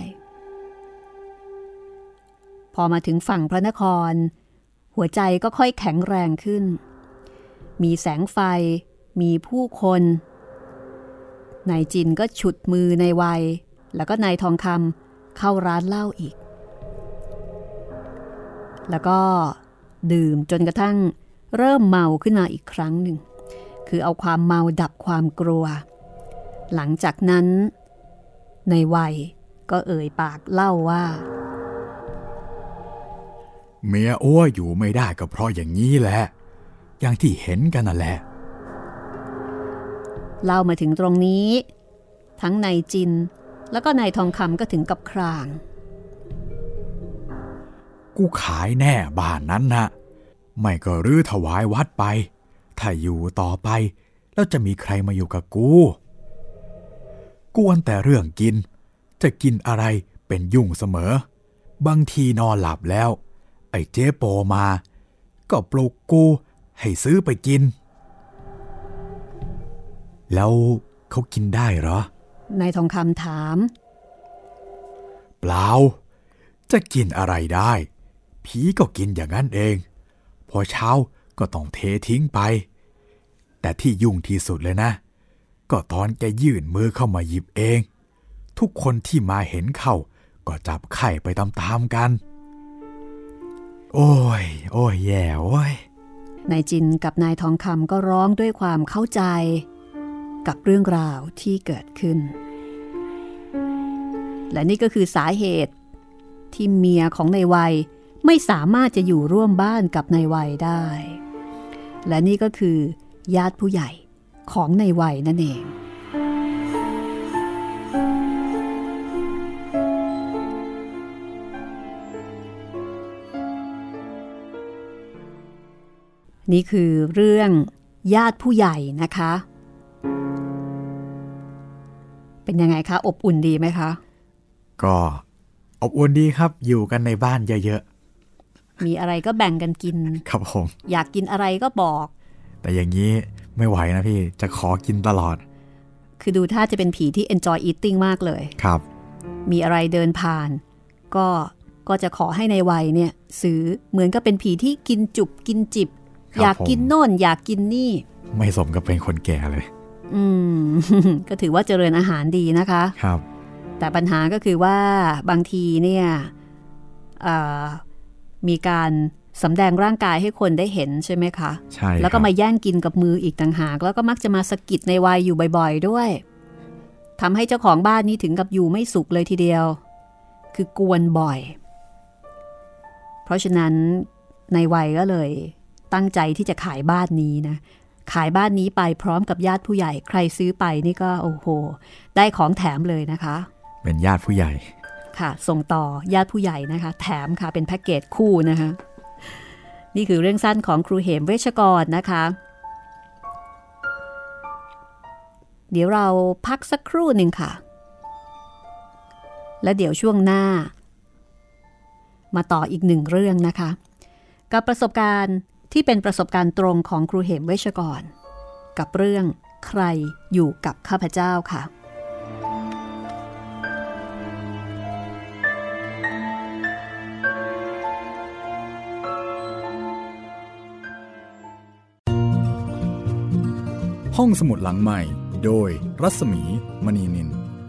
S2: พอมาถึงฝั่งพระนครหัวใจก็ค่อยแข็งแรงขึ้นมีแสงไฟมีผู้คนนายจินก็ฉุดมือในวัยแล้วก็นายทองคำเข้าร้านเหล้าอีกแล้วก็ดื่มจนกระทั่งเริ่มเมาขึ้นมาอีกครั้งหนึ่งคือเอาความเมาดับความกลัวหลังจากนั้นในวัยก็เอ่ยปากเล่าว่า
S1: เมียอ้วอยู่ไม่ได้ก็เพราะอย่างนี้แหละอย่างที่เห็นกันน่ะแหละ
S2: เล่ามาถึงตรงนี้ทั้งนายจินแล้วก็นายทองคำก็ถึงกับคราง
S1: กูขายแน่บ้านนั้นนะไม่ก็รื้อถวายวัดไปถ้าอยู่ต่อไปแล้วจะมีใครมาอยู่กับกูกวนแต่เรื่องกินจะกินอะไรเป็นยุ่งเสมอบางทีนอนหลับแล้วไอ้เจ๊โปมาก็ปลุกกูให้ซื้อไปกินแล้วเขากินได้เหร
S2: อนายทองคำถาม
S1: เปล่าจะกินอะไรได้ผีก็กินอย่างนั้นเองพอเช้าก็ต้องเททิ้งไปแต่ที่ยุ่งที่สุดเลยนะก็ตอนแกยื่นมือเข้ามาหยิบเองทุกคนที่มาเห็นเข้าก็จับไข่ไปตามๆกันโอ้ยโอ้ยแย่โอ้ย
S2: นายจินกับนายทองคำก็ร้องด้วยความเข้าใจกับเรื่องราวที่เกิดขึ้นและนี่ก็คือสาเหตุที่เมียของนายวัยไม่สามารถจะอยู่ร่วมบ้านกับนายวัยได้และนี่ก็คือญาติผู้ใหญ่ของนายวัยนั่นเองนี่คือเรื่องญาติผู้ใหญ่นะคะเป็นยังไงคะอบอุ่นดีไหมคะ
S1: ก็อบอุ่นดีครับอยู่กันในบ้านเยอะ
S2: ๆมีอะไรก็แบ่งกันกิน
S1: ครับผม
S2: อยากกินอะไรก็บอก
S1: แต่อย่างนี้ไม่ไหวนะพี่จะขอกินตลอด
S2: คือดูท่าจะเป็นผีที่ enjoy eating มากเลย
S1: ครับ
S2: มีอะไรเดินผ่านก็ก็จะขอให้ในวัยเนี่ยซื้อเหมือนกับเป็นผีที่กินจุบกินจิบอยากกินโน่นอยากกินนี่
S1: ไม่สมกับเป็นคนแก่เลย
S2: อืม ก็ถือว่าเจริญอาหารดีนะคะ
S1: ครับ
S2: แต่ปัญหาก็คือว่าบางทีเนี่ยมีการสำแดงร่างกายให้คนได้เห็นใช่ไหมคะ
S1: ใช่
S2: แล้วก็มาแย่งกินกับมืออีกต่างหากแล้วก็มักจะมาสะกิดในวัยอยู่บ่อยๆด้วยทำให้เจ้าของบ้านนี้ถึงกับอยู่ไม่สุขเลยทีเดียวคือกวนบ่อยเพราะฉะนั้นในวัยก็เลยตั้งใจที่จะขายบ้านนี้นะขายบ้านนี้ไปพร้อมกับญาติผู้ใหญ่ใครซื้อไปนี่ก็โอ้โหได้ของแถมเลยนะคะ
S1: เป็นญาติผู้ใหญ่
S2: ค่ะส่งต่อญาติผู้ใหญ่นะคะแถมค่ะเป็นแพ็กเกจคู่นะคะนี่คือเรื่องสั้นของครูเหมเวชกรนะคะเดี๋ยวเราพักสักครู่หนึ่งค่ะและเดี๋ยวช่วงหน้ามาต่ออีกหนึ่งเรื่องนะคะกับประสบการณ์ที่เป็นประสบการณ์ตรงของครูเหมเวชกรกับเรื่องใครอยู่กับข้าพเจ้าค่ะ
S1: ห้องสมุดหลังใหม่โดยรัศมีมณีนิน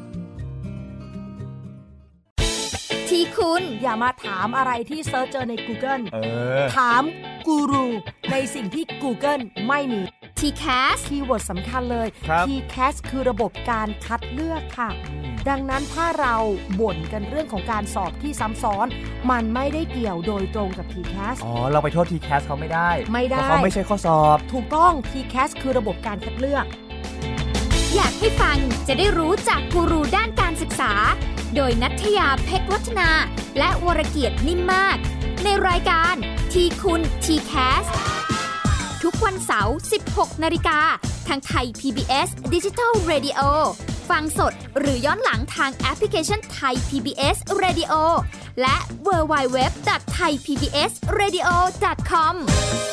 S3: ทีคุณอย่ามาถามอะไรที่เซิร์ชเจอใน Google
S1: เออ
S3: ถามกูรูในสิ่งที่ Google ไม่มี ที แคส คีย์เวิร์ดสำคัญเลย ที แคส คือระบบการคัดเลือกค่ะดังนั้นถ้าเราบ่นกันเรื่องของการสอบที่ซ้ำซ้อนมันไม่ได้เกี่ยวโดยตรงกับ ที แคส
S4: อ๋อเราไปโทษ ที แคส เขาไม่ได้
S3: ไม่ได้
S4: เพราะเขาไม่ใช่ข้อสอบ
S3: ถูกต้อง ที แคส คือระบบการคัดเลือก
S5: อยากให้ฟังจะได้รู้จากกูรูด้านการศึกษาโดยณัฐยาเพชรวัฒนาและวรเกียรตินิ่มมากในรายการทีคุณ ที แคสทุกวันเสาร์ สิบหกนาฬิกาทางไทย พี บี เอส Digital Radio ฟังสดหรือย้อนหลังทางแอปพลิเคชันไทย พี บี เอส Radio และ ดับเบิลยู ดับเบิลยู ดับเบิลยู ดอท ไทย พี บี เอส เรดิโอ ดอท คอม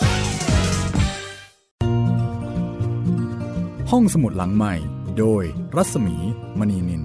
S1: ห้องสมุดหลังใหม่โดยรัศมีมณีนิน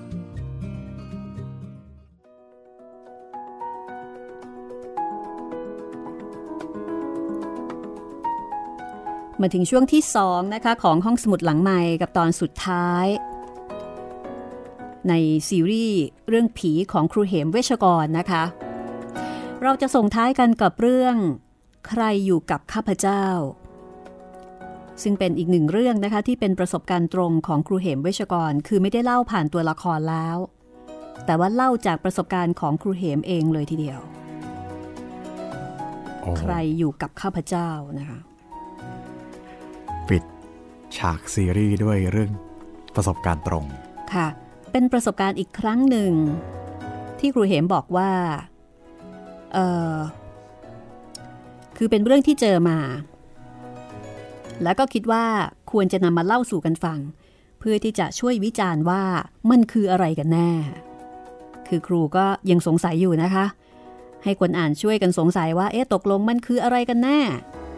S2: มาถึงช่วงที่สองนะคะของห้องสมุดหลังใหม่กับตอนสุดท้ายในซีรีส์เรื่องผีของครูเหมเวชกรนะคะเราจะส่งท้ายกันกับเรื่องใครอยู่กับข้าพเจ้าซึ่งเป็นอีกหนึ่งเรื่องนะคะที่เป็นประสบการณ์ตรงของครูเหมเวชกรคือไม่ได้เล่าผ่านตัวละครแล้วแต่ว่าเล่าจากประสบการณ์ของครูเหมเองเลยทีเดียวใครอยู่กับข้าพเจ้านะคะ
S1: ปิดฉากซีรีส์ด้วยเรื่องประสบการณ์ตรง
S2: ค่ะเป็นประสบการณ์อีกครั้งหนึ่งที่ครูเหมบอกว่าเออคือเป็นเรื่องที่เจอมาแล้วก็คิดว่าควรจะนำมาเล่าสู่กันฟังเพื่อที่จะช่วยวิจารณ์ว่ามันคืออะไรกันแน่คือครูก็ยังสงสัยอยู่นะคะให้คนอ่านช่วยกันสงสัยว่าเอ๊ะตกลงมันคืออะไรกันแน่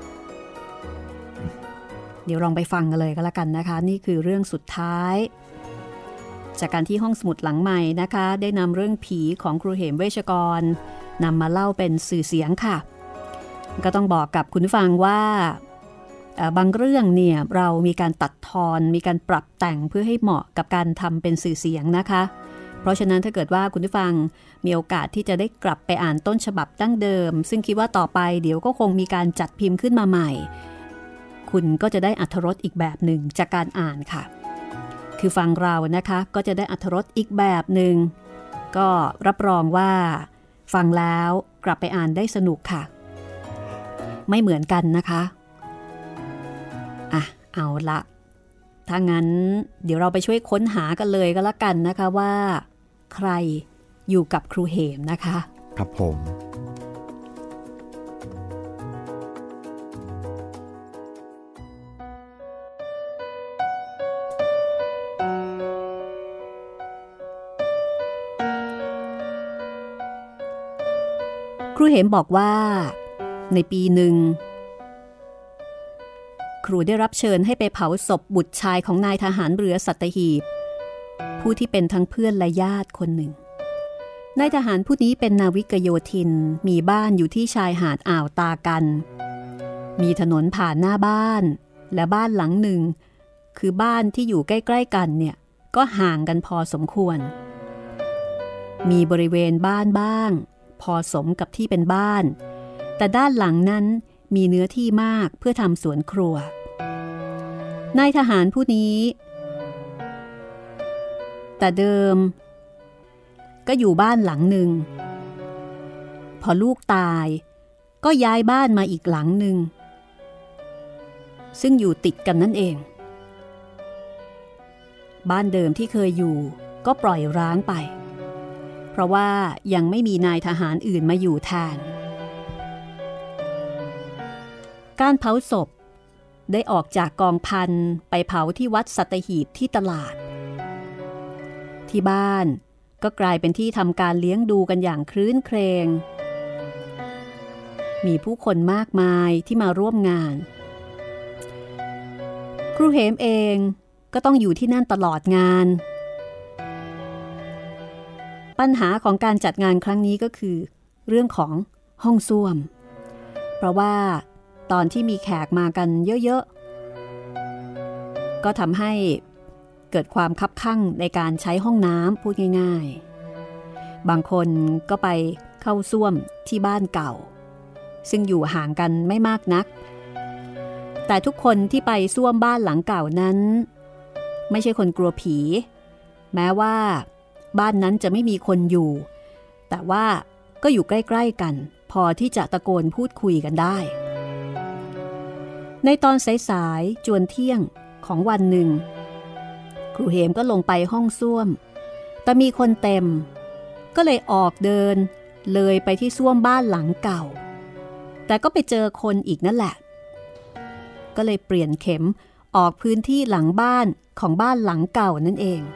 S2: เดี๋ยวลองไปฟังกันเลยก็แล้วกันนะคะนี่คือเรื่องสุดท้ายจากการที่ห้องสมุดหลังใหม่นะคะได้นำเรื่องผีของครูเหมเวชกรนำมาเล่าเป็นสื่อเสียงค่ะก็ต้องบอกกับคุณผู้ฟังว่าบางเรื่องเนี่ยเรามีการตัดทอนมีการปรับแต่งเพื่อให้เหมาะกับการทำเป็นสื่อเสียงนะคะเพราะฉะนั้นถ้าเกิดว่าคุณผู้ฟังมีโอกาสที่จะได้กลับไปอ่านต้นฉบับดั้งเดิมซึ่งคิดว่าต่อไปเดี๋ยวก็คงมีการจัดพิมพ์ขึ้นมาใหม่คุณก็จะได้อรรถรสอีกแบบหนึ่งจากการอ่านค่ะคือฟังเรานะคะก็จะได้อรรถรสอีกแบบหนึ่งก็รับรองว่าฟังแล้วกลับไปอ่านได้สนุกค่ะไม่เหมือนกันนะคะอ่ะเอาละถ้างั้นเดี๋ยวเราไปช่วยค้นหากันเลยก็แล้วกันนะคะว่าใครอยู่กับครูเหมนะคะ
S1: ครับผม
S2: ครูเหมบอกว่าในปีหนึ่งครูได้รับเชิญให้ไปเผาศพบุตรชายของนายทหารเรือสัตหีบผู้ที่เป็นทั้งเพื่อนและญาติคนหนึ่งนายทหารผู้นี้เป็นนาวิกโยธินมีบ้านอยู่ที่ชายหาดอ่าวตากันมีถนนผ่านหน้าบ้านและบ้านหลังหนึ่งคือบ้านที่อยู่ใกล้ๆกันเนี่ยก็ห่างกันพอสมควรมีบริเวณบ้านบ้างพอสมกับที่เป็นบ้านแต่ด้านหลังนั้นมีเนื้อที่มากเพื่อทำสวนครัวนายทหารผู้นี้แต่เดิมก็อยู่บ้านหลังหนึ่งพอลูกตายก็ย้ายบ้านมาอีกหลังหนึ่งซึ่งอยู่ติดกันนั่นเองบ้านเดิมที่เคยอยู่ก็ปล่อยร้างไปเพราะว่ายังไม่มีนายทหารอื่นมาอยู่แทนการเผาศพได้ออกจากกองพันไปเผาที่วัดสัตหีบที่ตลาดที่บ้านก็กลายเป็นที่ทำการเลี้ยงดูกันอย่างครื้นเครงมีผู้คนมากมายที่มาร่วมงานครูเหมเองก็ต้องอยู่ที่นั่นตลอดงานปัญหาของการจัดงานครั้งนี้ก็คือเรื่องของห้องส้วมเพราะว่าตอนที่มีแขกมากันเยอะๆก็ทำให้เกิดความคับคั่งในการใช้ห้องน้ำพูดง่ายๆบางคนก็ไปเข้าส้วมที่บ้านเก่าซึ่งอยู่ห่างกันไม่มากนักแต่ทุกคนที่ไปส้วมบ้านหลังเก่านั้นไม่ใช่คนกลัวผีแม้ว่าบ้านนั้นจะไม่มีคนอยู่แต่ว่าก็อยู่ใกล้ๆกันพอที่จะตะโกนพูดคุยกันได้ในตอนสายๆจวนเที่ยงของวันหนึ่งครูเหมก็ลงไปห้องส้วมแต่มีคนเต็มก็เลยออกเดินเลยไปที่ส้วมบ้านหลังเก่าแต่ก็ไปเจอคนอีกนั่นแหละก็เลยเปลี่ยนเข็มออกพื้นที่หลังบ้านของบ้านหลังเก่านั่นเอง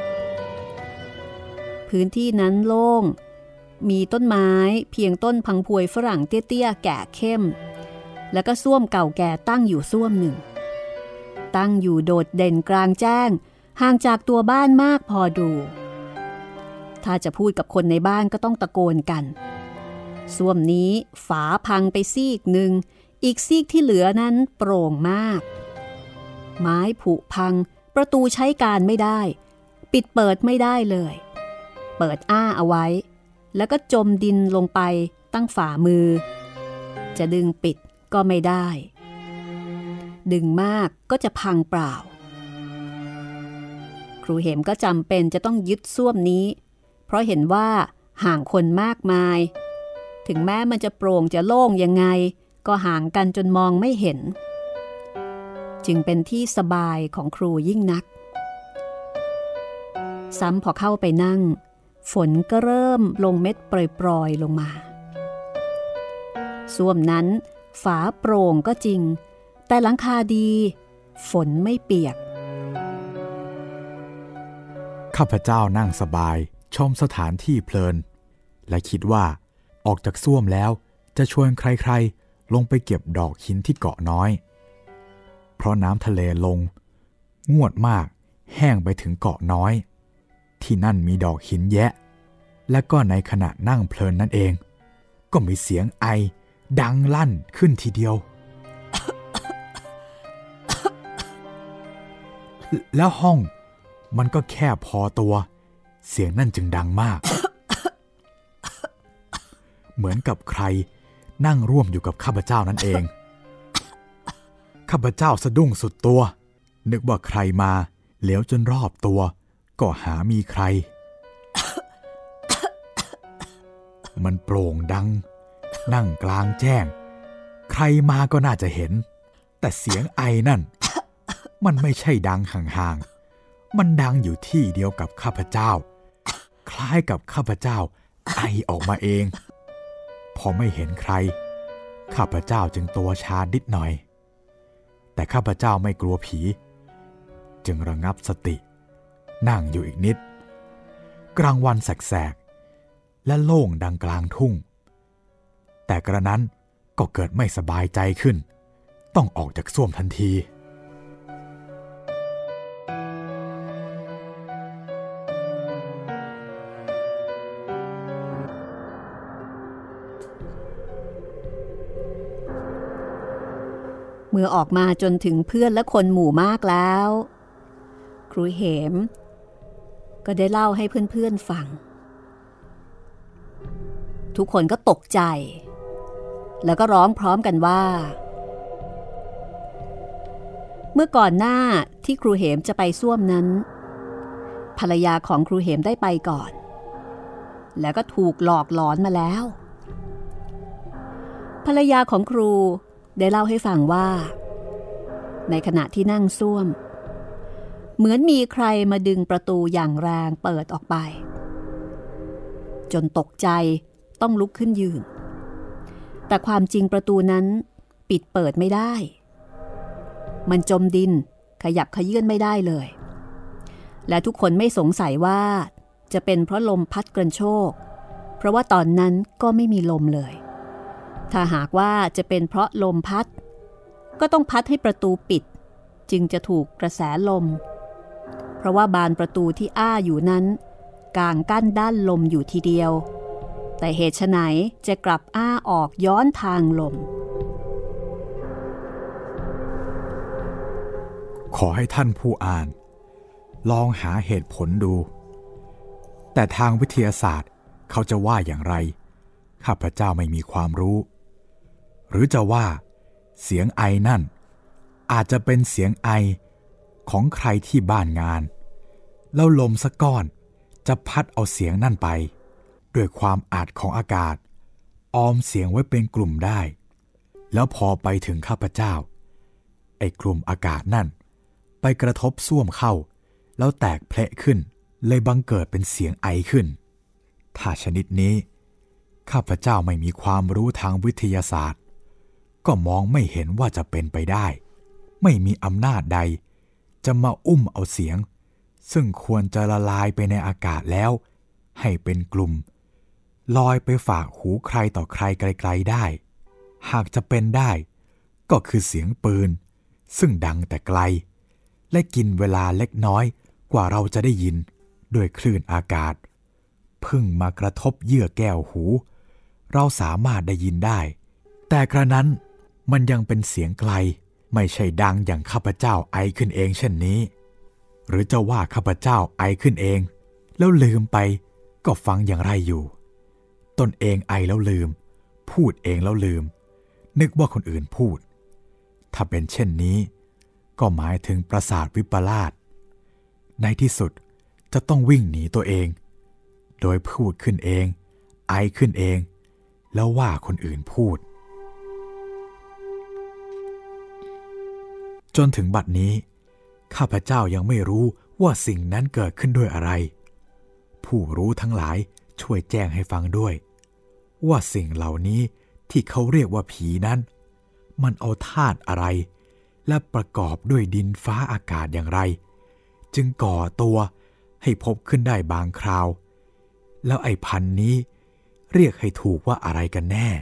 S2: พื้นที่นั้นโล่งมีต้นไม้เพียงต้นพังพวยฝรั่งเตี้ยๆแก่เข้มแล้วก็ส้วมเก่าแก่ตั้งอยู่ส้วมหนึ่งตั้งอยู่โดดเด่นกลางแจ้งห่างจากตัวบ้านมากพอดูถ้าจะพูดกับคนในบ้านก็ต้องตะโกนกันส้วมนี้ฝาพังไปซีกหนึ่งอีกซีกที่เหลือนั้นโปร่งมากไม้ผุพังประตูใช้การไม่ได้ปิดเปิดไม่ได้เลยเปิดอ้าเอาไว้แล้วก็จมดินลงไปตั้งฝ่ามือจะดึงปิดก็ไม่ได้ดึงมากก็จะพังเปล่าครูเหมก็จำเป็นจะต้องยึดส้วมนี้เพราะเห็นว่าห่างคนมากมายถึงแม้มันจะโปร่งจะโล่งยังไงก็ห่างกันจนมองไม่เห็นจึงเป็นที่สบายของครูยิ่งนักซ้ำพอเข้าไปนั่งฝนก็เริ่มลงเม็ดปรอยๆลงมาส้วมนั้นฝาโปร่งก็จริงแต่หลังคาดีฝนไม่เปียก
S1: ข้าพเจ้านั่งสบายชมสถานที่เพลินและคิดว่าออกจากส้วมแล้วจะชวนใครๆลงไปเก็บดอกหินที่เกาะน้อยเพราะน้ำทะเลลงงวดมากแห้งไปถึงเกาะน้อยที่นั่นมีดอกหินแยะและก็ในขณะนั่งเพลินนั่นเองก็มีเสียงไอดังลั่นขึ้นทีเดียว แล้วห้องมันก็แค่พอตัวเสียงนั่นจึงดังมาก เหมือนกับใครนั่งร่วมอยู่กับข้าพเจ้านั่นเองข้าพเจ้าสะดุ้งสุดตัวนึกว่าใครมาเหลียวจนรอบตัวก็หามีใคร มันโปร่งดังนั่งกลางแจ้งใครมาก็น่าจะเห็นแต่เสียงไอนั่นมันไม่ใช่ดังห่างๆมันดังอยู่ที่เดียวกับข้าพเจ้าคล้ายกับข้าพเจ้าไอออกมาเองพอไม่เห็นใครข้าพเจ้าจึงตัวชานิดหน่อยแต่ข้าพเจ้าไม่กลัวผีจึงระงับสตินั่งอยู่อีกนิดกลางวันแสกๆและโล่งดังกลางทุ่งแต่กระนั้นก็เกิดไม่สบายใจขึ้นต้องออกจากส้วมทันที
S2: เมื่อออกมาจนถึงเพื่อนและคนหมู่มากแล้วครูเหมก็ได้เล่าให้เพื่อนๆฟังทุกคนก็ตกใจแล้วก็ร้องพร้อมกันว่าเมื่อก่อนหน้าที่ครูเหมจะไปส้วมนั้นภรรยาของครูเหมได้ไปก่อนแล้วก็ถูกหลอกหลอนมาแล้วภรรยาของครูได้เล่าให้ฟังว่าในขณะที่นั่งส้วมเหมือนมีใครมาดึงประตูอย่างแรงเปิดออกไปจนตกใจต้องลุกขึ้นยืนแต่ความจริงประตูนั้นปิดเปิดไม่ได้มันจมดินขยับขยื่นไม่ได้เลยและทุกคนไม่สงสัยว่าจะเป็นเพราะลมพัดกระโชกเพราะว่าตอนนั้นก็ไม่มีลมเลยถ้าหากว่าจะเป็นเพราะลมพัดก็ต้องพัดให้ประตูปิดจึงจะถูกกระแสลมเพราะว่าบานประตูที่อ้าอยู่นั้นกางกั้นด้านลมอยู่ทีเดียวแต่เหตุไฉนจะกลับอ้าออกย้อนทางลม
S1: ขอให้ท่านผู้อ่านลองหาเหตุผลดูแต่ทางวิทยาศาสตร์เขาจะว่าอย่างไรข้าพเจ้าไม่มีความรู้หรือจะว่าเสียงไอนั่นอาจจะเป็นเสียงไอของใครที่บ้านงานแล้วลมสักก้อนจะพัดเอาเสียงนั่นไปด้วยความอาจของอากาศออมเสียงไว้เป็นกลุ่มได้แล้วพอไปถึงข้าพเจ้าไอ้กลุ่มอากาศนั่นไปกระทบส้วมเข้าแล้วแตกเพละขึ้นเลยบังเกิดเป็นเสียงไอขึ้นถ้าชนิดนี้ข้าพเจ้าไม่มีความรู้ทางวิทยาศาสตร์ก็มองไม่เห็นว่าจะเป็นไปได้ไม่มีอำนาจใดจะมาอุ้มเอาเสียงซึ่งควรจะละลายไปในอากาศแล้วให้เป็นกลุ่มลอยไปฝากหูใครต่อใครไกลๆได้หากจะเป็นได้ก็คือเสียงปืนซึ่งดังแต่ไกลและกินเวลาเล็กน้อยกว่าเราจะได้ยินด้วยคลื่นอากาศพึ่งมากระทบเยื่อแก้วหูเราสามารถได้ยินได้แต่กระนั้นมันยังเป็นเสียงไกลไม่ใช่ดังอย่างข้าพเจ้าไอขึ้นเองเช่นนี้หรือจะว่าข้าพเจ้าไอขึ้นเองแล้วลืมไปก็ฟังอย่างไรอยู่ตนเองไอแล้วลืมพูดเองแล้วลืมนึกว่าคนอื่นพูดถ้าเป็นเช่นนี้ก็หมายถึงประสาทวิปลาสในที่สุดจะต้องวิ่งหนีตัวเองโดยพูดขึ้นเองไอขึ้นเองแล้วว่าคนอื่นพูดจนถึงบัดนี้ข้าพเจ้ายังไม่รู้ว่าสิ่งนั้นเกิดขึ้นด้วยอะไรผู้รู้ทั้งหลายช่วยแจ้งให้ฟังด้วยว่าสิ่งเหล่านี้ที่เขาเรียกว่าผีนั้นมันเอาธาตุอะไรและประกอบด้วยดินฟ้าอากาศอย่างไรจึงก่อตัวให้พบขึ้นได้บางคราวแล้วไอ้พันนี้เรียกให้ถูกว่าอะไรกันแน่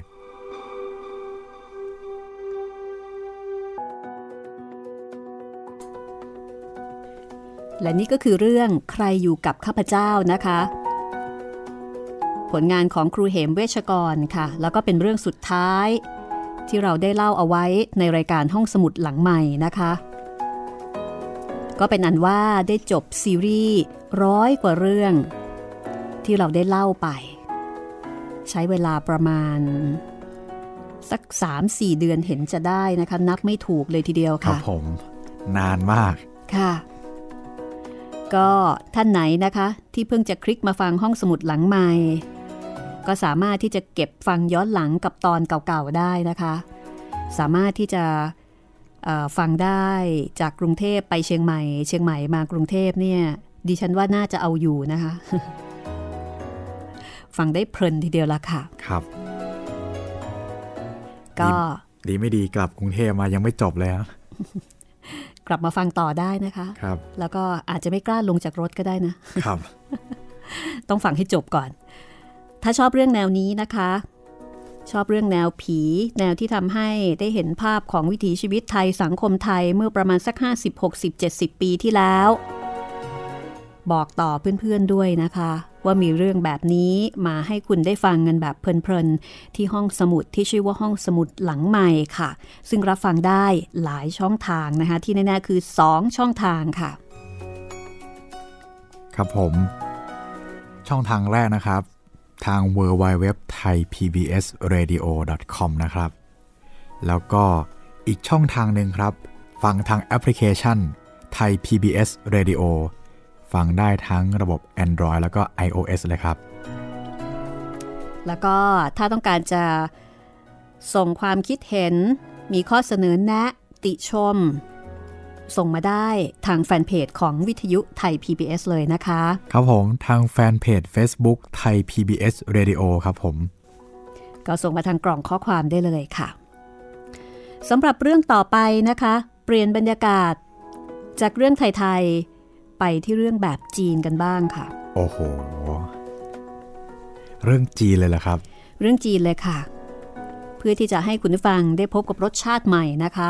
S2: และนี่ก็คือเรื่องใครอยู่กับข้าพเจ้านะคะผลงานของครูเหมเวชกรค่ะแล้วก็เป็นเรื่องสุดท้ายที่เราได้เล่าเอาไว้ในรายการห้องสมุดหลังใหม่นะคะก็เป็นอันว่าได้จบซีรีส์ร้อยกว่าเรื่องที่เราได้เล่าไปใช้เวลาประมาณสัก สามถึงสี่ เดือนเห็นจะได้นะคะนับไม่ถูกเลยทีเดียวค่ะ
S1: ครับผมนานมาก
S2: ค่ะก็ท่านไหนนะคะที่เพิ่งจะคลิกมาฟังห้องสมุดหลังใหม่ก็สามารถที่จะเก็บฟังย้อนหลังกับตอนเก่าๆได้นะคะสามารถที่จะฟังได้จากกรุงเทพไปเชียงใหม่เชียงใหม่มากรุงเทพเนี่ยดิฉันว่าน่าจะเอาอยู่นะคะ ฟังได้เพลินทีเดียวละค่ะ
S1: ครับ
S2: ก็
S1: ดีไม่ดีกลับกรุงเทพมายังไม่จบเลยครับ
S2: กลับมาฟังต่อได้นะคะ
S1: ครับ
S2: แล้วก็อาจจะไม่กล้าลงจากรถก็ได้นะครับ ต้องฟังให้จบก่อนถ้าชอบเรื่องแนวนี้นะคะชอบเรื่องแนวผีแนวที่ทำให้ได้เห็นภาพของวิถีชีวิตไทยสังคมไทยเมื่อประมาณสักห้าสิบ หกสิบ เจ็ดสิบปีที่แล้วบอกต่อเพื่อนๆด้วยนะคะว่ามีเรื่องแบบนี้มาให้คุณได้ฟังกันแบบเพลินๆที่ห้องสมุดที่ชื่อว่าห้องสมุดหลังใหม่ค่ะซึ่งรับฟังได้หลายช่องทางนะคะที่แน่ๆคือสองช่องทางค่ะ
S1: ครับผมช่องทางแรกนะครับทาง ดับเบิลยู ดับเบิลยู ดับเบิลยู ดอท ไทย พี บี เอส เรดิโอ ดอท คอม นะครับแล้วก็อีกช่องทางหนึ่งครับฟังทางแอปพลิเคชัน Thai พี บี เอส Radio ฟังได้ทั้งระบบ Android แล้วก็ iOS เลยครับ
S2: แล้วก็ถ้าต้องการจะส่งความคิดเห็นมีข้อเสนอแนะติชมส่งมาได้ทางแฟนเพจของวิทยุไทย พี บี เอส เลยนะคะ
S1: ครับผมทางแฟนเพจ Facebook ไทย พี บี เอส Radio ครับผม
S2: ก็ส่งมาทางกล่องข้อความได้เลยค่ะสำหรับเรื่องต่อไปนะคะเปลี่ยนบรรยากาศจากเรื่องไทยๆไปที่เรื่องแบบจีนกันบ้างค่ะ
S1: โอ้โหเรื่องจีนเลยเหรอครับ
S2: เรื่องจีนเลยค่ะเพื่อที่จะให้คุณผู้ฟังได้พบกับรสชาติใหม่นะคะ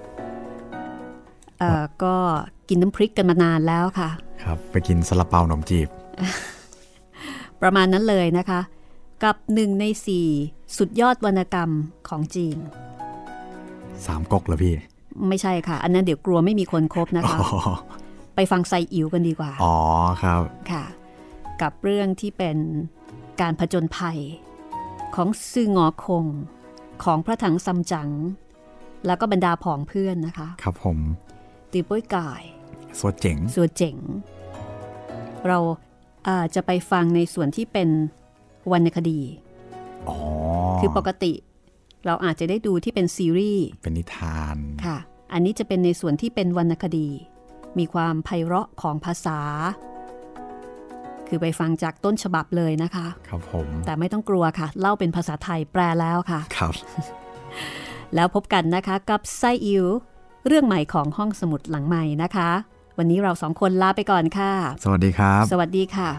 S2: เอ่อก็กินน้ำพริกกันมานานแล้วค่ะ
S1: ครับไปกินซาลาเปาหนมจีบ
S2: ประมาณนั้นเลยนะคะกับหนึ่งในสี่สุดยอดวรรณกรรมของจีน
S1: สามก๊กเหรอพี่
S2: ไม่ใช่ค่ะอันนั้นเดี๋ยวกลัวไม่มีคนครบนะคะไปฟังไซอิ๋วกันดีกว่า
S1: อ๋อครับ
S2: ค่ะกับเรื่องที่เป็นการผจญภัยของซื่องอคงของพระถังซัมจั๋งแล้วก็บรรดาผองเพื่อนนะคะ
S1: ครับผม
S2: ตีป้วยกาย
S1: สัวเจ๋ง
S2: สัวเจ๋งเราอาจจะไปฟังในส่วนที่เป็นวรรณคดี
S1: อ๋อ
S2: คือปกติเราอาจจะได้ดูที่เป็นซีรีส์
S1: เป็นนิทาน
S2: ค่ะอันนี้จะเป็นในส่วนที่เป็นวรรณคดีมีความไพเราะของภาษาคือไปฟังจากต้นฉบับเลยนะคะ
S1: ครับผม
S2: แต่ไม่ต้องกลัวค่ะเล่าเป็นภาษาไทยแปลแล้วค่ะ
S1: ครับ
S2: แล้วพบกันนะคะกับไซอิ๋วเรื่องใหม่ของห้องสมุดหลังใหม่นะคะวันนี้เราสองคนลาไปก่อนค่ะ
S1: สวัสดีครับ
S2: สวัสดีค่ะ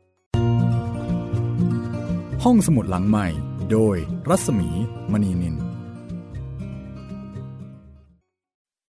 S1: ห้องสมุดหลังใหม่โดยรัศมีมณีนิน